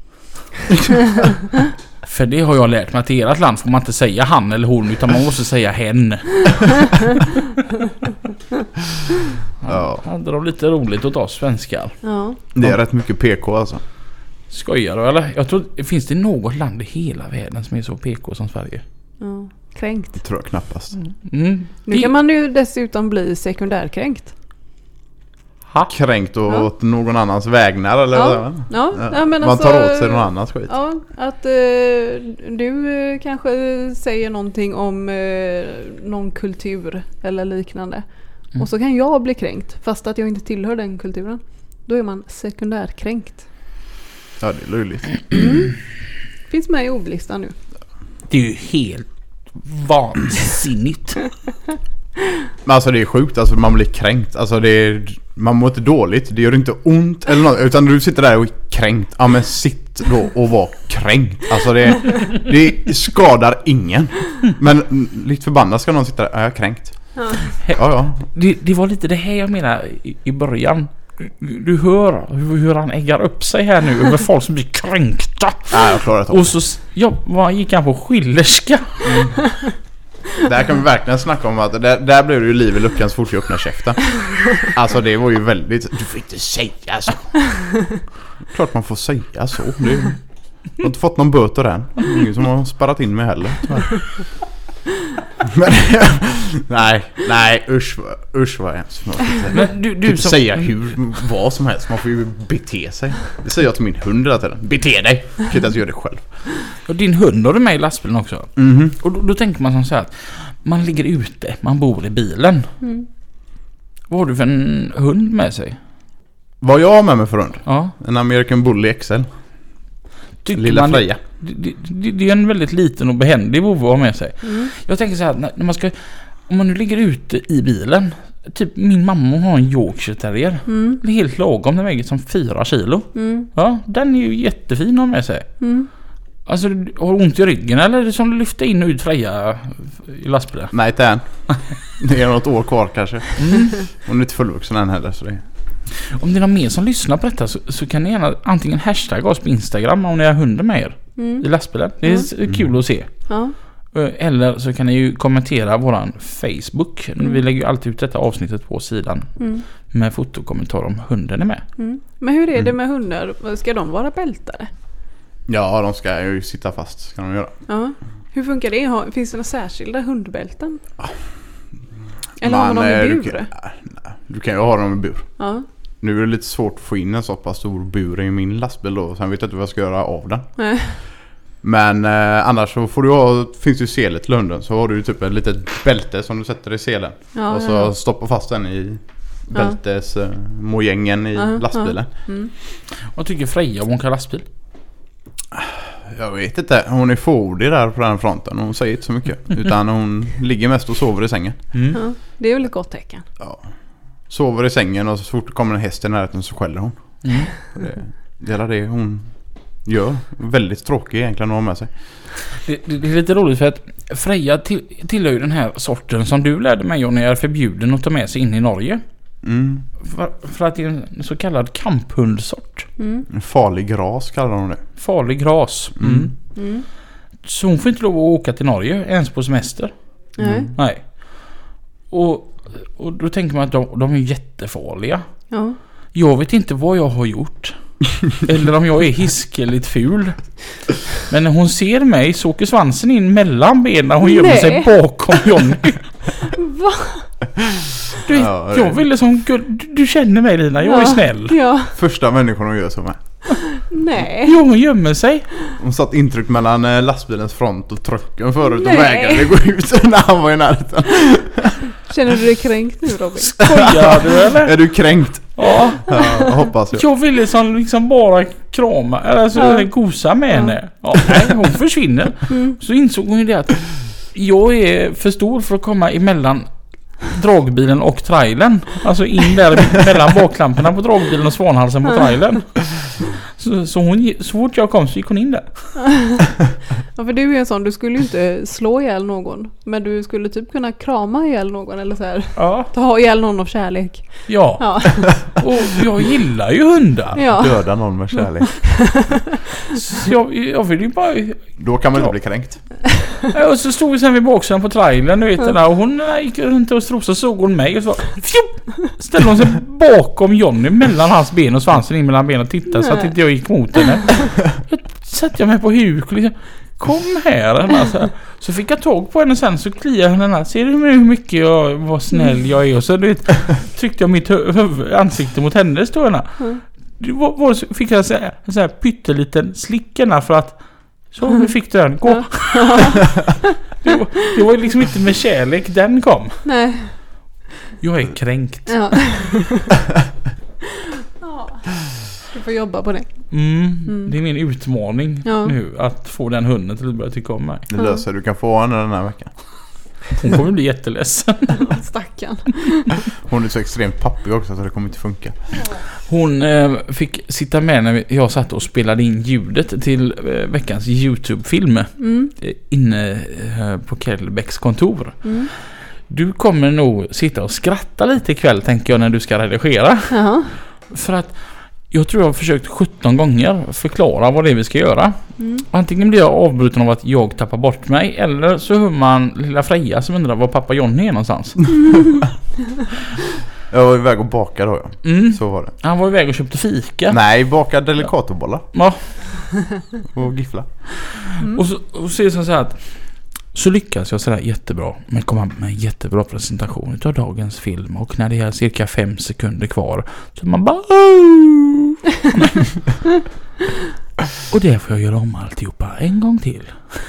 För det har jag lärt mig att i ert land får man inte säga han eller hon utan man måste säga hen. Ja. Hade de lite roligt åt oss svenskar. Ja. Det är rätt mycket P K alltså. Skojar du eller? Jag tror, finns det något land i hela världen som är så P K som Sverige? Ja. Kränkt. Det tror jag knappast. Mm. Mm. Nu kan man ju dessutom bli sekundärkränkt. Ha? Kränkt och ja. åt någon annans vägnar eller ja. vad? Ja. Ja. Ja, men man alltså, tar åt sig någon annans skit. Ja, att eh, du eh, kanske säger någonting om eh, någon kultur eller liknande. Mm. Och så kan jag bli kränkt fast att jag inte tillhör den kulturen. Då är man sekundärkränkt. Ja, det är löjligt. Mm. Finns med i ordlistan nu. Det är ju helt vansinnigt. Men alltså det är sjukt, alltså man blir kränkt. Alltså det är, man mår inte dåligt, det gör inte ont eller något, utan du sitter där och är kränkt. Ja men sitt då och var kränkt. Alltså det, det skadar ingen. Men lite förbannat ska någon sitta där, ja jag är kränkt. Ja. Ja, ja. Det, det var lite det här jag menar i, i början. du hör hur, hur han äggar upp sig här nu över folk som blir kränkta. Nej, jag klarar det. Och så ja, vad gick han på skillerska? Mm. Där kan vi verkligen snacka om att där, där blev det ju liv i luckan så fort jag öppnade käften. Alltså det var ju väldigt... Du får inte säga så. Klart man får säga så. Det är, jag har inte fått någon böter än. Ingen som har spärrat in mig heller. Men, nej, nej, usch, usch vad hemskt. Men du, du typ som... säga hur, vad som helst. Man får ju bete sig. Det säger jag till min hund hela tiden. Bete dig. Jag kan inte ens göra det själv. Och din hund har du med i lastbilen också. Mm-hmm. Och då, då tänker man som så här att man ligger ute, man bor i bilen. Mm. Vad har du för en hund med sig? Vad jag har med mig för hund? Ja. En American Bully X L. Tycker Lilla man, Freja. Det, det, det är en väldigt liten och behändig vovve att ha med sig. Mm. Jag tänker så här, när, när man ska, om man nu ligger ute i bilen, typ min mamma har en Yorkshire terrier. Mm. Det är helt lagom, den väger som fyra kilo. Mm. Ja, den är ju jättefin att ha med sig. Mm. Alltså, har du ont i ryggen eller är det som du lyfter in och ut Freja i lastbilen? Nej, inte än. Det är något år kvar kanske. Mm. Hon är inte fullvuxen än heller så det... Om det är någon mer som lyssnar på detta så, så kan ni gärna antingen hashtagga oss på Instagram om ni har hunden med er mm. i lastbilen. Det är mm. kul att se. Ja. Eller så kan ni ju kommentera våran Facebook. Mm. Vi lägger ju alltid ut detta avsnittet på sidan mm. med fotokommentar om hunden är med. Mm. Men hur är det med hundar? Ska de vara bältade? Ja, de ska ju sitta fast ska de göra. Ja. Hur funkar det? Finns det några särskilda hundbälten? Ja. Eller Man, har man dem i bur? Du kan, du kan ju ha dem i bur. Ja. Nu är det lite svårt att få in en så pass stor bur i min lastbil då. Sen vet jag inte vad jag ska göra av den. Nej. Men eh, annars så får du ha, finns det ju selet till hunden. Så har du ju typ ett litet bälte som du sätter i selen. Ja, och så ja. stoppar fast den i bältes eh, mojängen i ja, lastbilen. Ja. Mm. Vad tycker Freja om hon kan lastbil? Jag vet inte. Hon är fåordig där på den fronten. Hon säger inte så mycket. Utan hon ligger mest och sover i sängen. Mm. Ja, det är väl ett gott tecken. Ja. Sover i sängen och så fort det kommer en häst i närheten så skäller hon. Mm. Det, det är det hon gör. Väldigt tråkig egentligen att ha med sig. Det, det, det är lite roligt för att Freja till, tillhör ju den här sorten som du lärde mig när jag är förbjuden att ta med sig in i Norge. Mm. För, för att det är en så kallad kamphundsort. Mm. En farlig ras kallar de det. Farlig ras. Mm. Mm. Mm. Så hon får inte lov att åka till Norge ens på semester. Mm. Nej. Och Och då tänker man att de, de är jättefarliga. Ja. Jag vet inte vad jag har gjort. Eller om jag är hiskeligt ful. Men när hon ser mig så åker svansen in mellan benen. Hon gömmer sig bakom Johnny. Va? Du vet, ja, jag ville som du, du känner mig Lina, jag ja. är snäll. Ja. Första människan hon gör så med. Nej. Jo, hon gömmer sig. Hon satt intryck mellan lastbilens front och trucken förut och vägrade gå ut när han var i närheten. Känner du dig kränkt nu, Robin? Skojar du eller? Är du kränkt? Ja. Ja, jag hoppas jag. Jag ville som liksom bara krama, alltså ja. gosa med ja. henne. Ja, nej, hon försvinner. Mm. Så insåg hon ju det att jag är för stor för att komma emellan dragbilen och trailern. Alltså in där mellan baklamporna på dragbilen och svanhalsen på trailern. Så, så, hon, så fort jag kom så gick hon in där. Ja, för du är en sån, du skulle ju inte slå ihjäl någon. Men du skulle typ kunna krama ihjäl någon eller så här. Ja. Ta ihjäl någon av kärlek. Ja. ja. Och jag gillar ju hundar. Ja. Döda någon med kärlek. Så jag, jag vill ju bara... Då kan man inte ja. bli kränkt. Ja, och så stod vi sen vid baksidan på trailern du vet, ja. och hon gick runt och strosade och såg hon mig och så fjup, ställde hon sig bakom Johnny mellan hans ben och svansen in mellan benen och tittade så att inte jag gick mot henne. Jag satte jag mig på huk och liksom, kom här. Alltså. Så fick jag tag på henne sen så kliade henne. Ser du hur mycket jag var snäll jag är? Och så du vet, tryckte jag mitt huvud, ansikte mot henne stod henne. Det var, var, fick jag säga, en sån här pytteliten slickorna för att så nu fick du den. Gå. det, var, det var liksom inte med kärlek den kom. Nej. Jag är kränkt. Ja. Du får jobba på det. Mm, mm. Det är min utmaning ja. nu att få den hunden till att börja tycka om mig. Det löser du kan få henne den här veckan. Hon kommer bli jätteledsen. Stackarn. Hon är så extremt pappig också så det kommer inte funka. Hon eh, fick sitta med när jag satt och spelade in ljudet till eh, veckans YouTube-film mm. eh, inne eh, på Kellbäcks kontor. Mm. Du kommer nog sitta och skratta lite ikväll tänker jag när du ska redigera. Uh-huh. För att jag tror jag har försökt sjutton gånger förklara vad det är vi ska göra. Mm. Antingen blir jag avbruten av att jag tappar bort mig, eller så hör man lilla Freja som undrar var pappa Johnny är någonstans. Jag var iväg och bakade då, ja. Mm. Så var det. Han var iväg och köpte fika. Nej, bakade delicatobollar. Ja. Och giffla. Mm. Och så, och så är det så här att så lyckas jag sådär jättebra med att komma med en jättebra presentation av dagens film, och när det är cirka fem sekunder kvar så man bara och det får jag göra om alltihopa en gång till.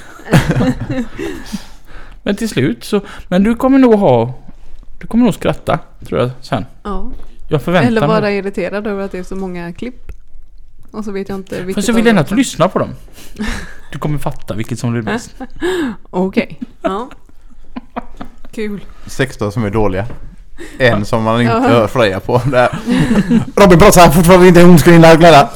Men till slut så, men du kommer nog ha du kommer nog skratta, tror jag sen. Ja. Jag förväntar Eller mig. vara irriterad över att det är så många klipp. Och så vet jag inte vilket. Fast jag vill gärna att du lyssnar på dem. Du kommer fatta vilket som blir bäst. Okej. Okay. Ja. Kul. sexton som är dåliga. En som man inte Ja. hör Freja på. Där. Robin pratar här fortfarande inte, hon ska in där och glädja.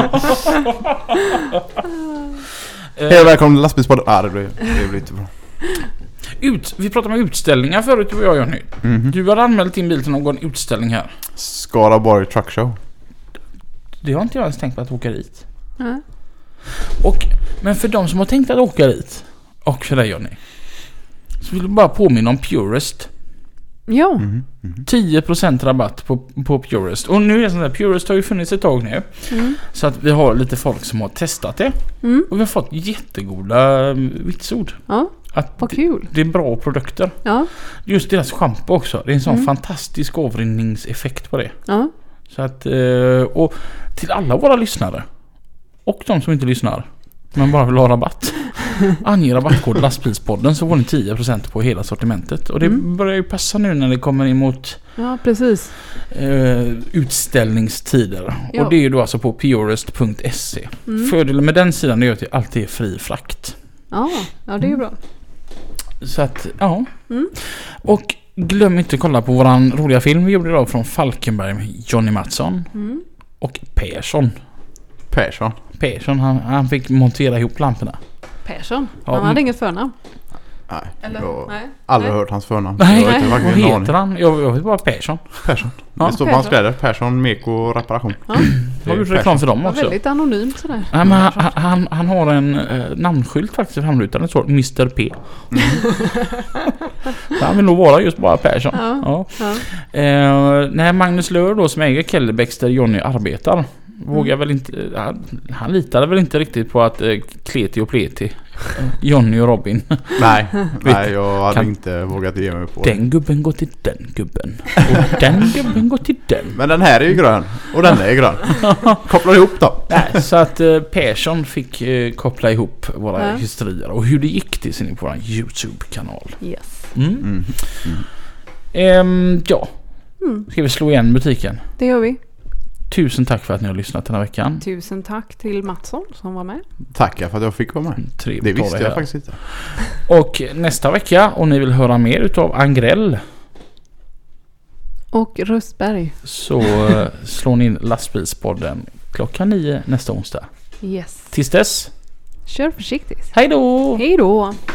Hej och välkommen till lastbilspodden. Ja, det blir, det blir inte bra. Ut, vi pratade om utställningar förut, du och jag, Johnny. Mm-hmm. Du har anmält din bil till någon utställning här. Skaraborg Truck Show. Det har inte jag ens tänkt på att åka dit. Ja. Och, men för de som har tänkt att åka dit, och för dig, Johnny, så vill jag bara påminna om Purist. Ja. Mm. Mm. tio procent rabatt på, på Purist. Och nu är det sånt där, Purist har ju funnits ett tag nu. Mm. Så att vi har lite folk som har testat det. Mm. Och vi har fått jättegoda vitsord. Ja. Att Vad det, kul. det är bra produkter. Ja. Just deras shampoo också. Det är en sån Mm. fantastisk avrinningseffekt på det. Ja. Så att, eh, och till alla våra lyssnare och de som inte lyssnar men bara vill ha rabatt, ange rabattkod lastbilspodden så får ni tio procent på hela sortimentet. Och det Mm. börjar ju passa nu när det kommer emot Ja, precis. eh, utställningstider. Ja. Och det är ju då alltså på purist punkt se. Mm. Fördelen med den sidan är att det alltid är fri frakt. Ja, ja det är ju bra. Så att, ja. Mm. Och glöm inte att kolla på våran roliga film vi gjorde idag från Falkenberg med Johnny Mattsson Mm. och Persson. Persson. Persson, han, han fick montera ihop lamporna. Persson. Ja, Han men- hade inget förnamn. Nej, Eller? jag har Nej. aldrig Nej. hört hans förnamn. Nej, Jag vet inte vad varken en heter aning. han? Jag, jag vet bara Persson. Persson. Ja, Det står på hans Persson. kläder. Persson, Meko, reparation. Ja. Det Har är gjort reklam för dem Det var också. väldigt anonymt sådär. Nej, men han, han, han har en eh, namnskylt faktiskt i framrutan. Det står mister P. Mm. Så han vill nog vara just bara Persson. Ja. Ja. Ja. Eh, nej, Magnus Lör då som äger Kellebecks där Johnny arbetar vågar väl inte, han, han litade väl inte riktigt på att eh, Kleti och Pleti, eh, Johnny och Robin, Nej, nej, jag hade Kan- inte vågat ge mig på det. den gubben går till den gubben och den gubben går till den. Men den här är ju grön. Och den är grön. Kopplar ihop då. Nej, så att eh, Persson fick eh, koppla ihop våra Ja. historier och hur det gick till sin på vår YouTube-kanal. Yes. Mm. Mm. Ehm, ja, Mm. ska vi slå igen butiken? Det gör vi. Tusen tack för att ni har lyssnat den här veckan. Tusen tack till Mattsson som var med. Tackar för att jag fick vara med. Trevligt Det att ha visste dig jag här. faktiskt inte. Och nästa vecka, om ni vill höra mer utav Angrell, Och Röstberg. så eh, slår ni in lastbilspodden klockan nio nästa onsdag. Yes. Tills dess, Kör försiktigt. hej då! Hej då!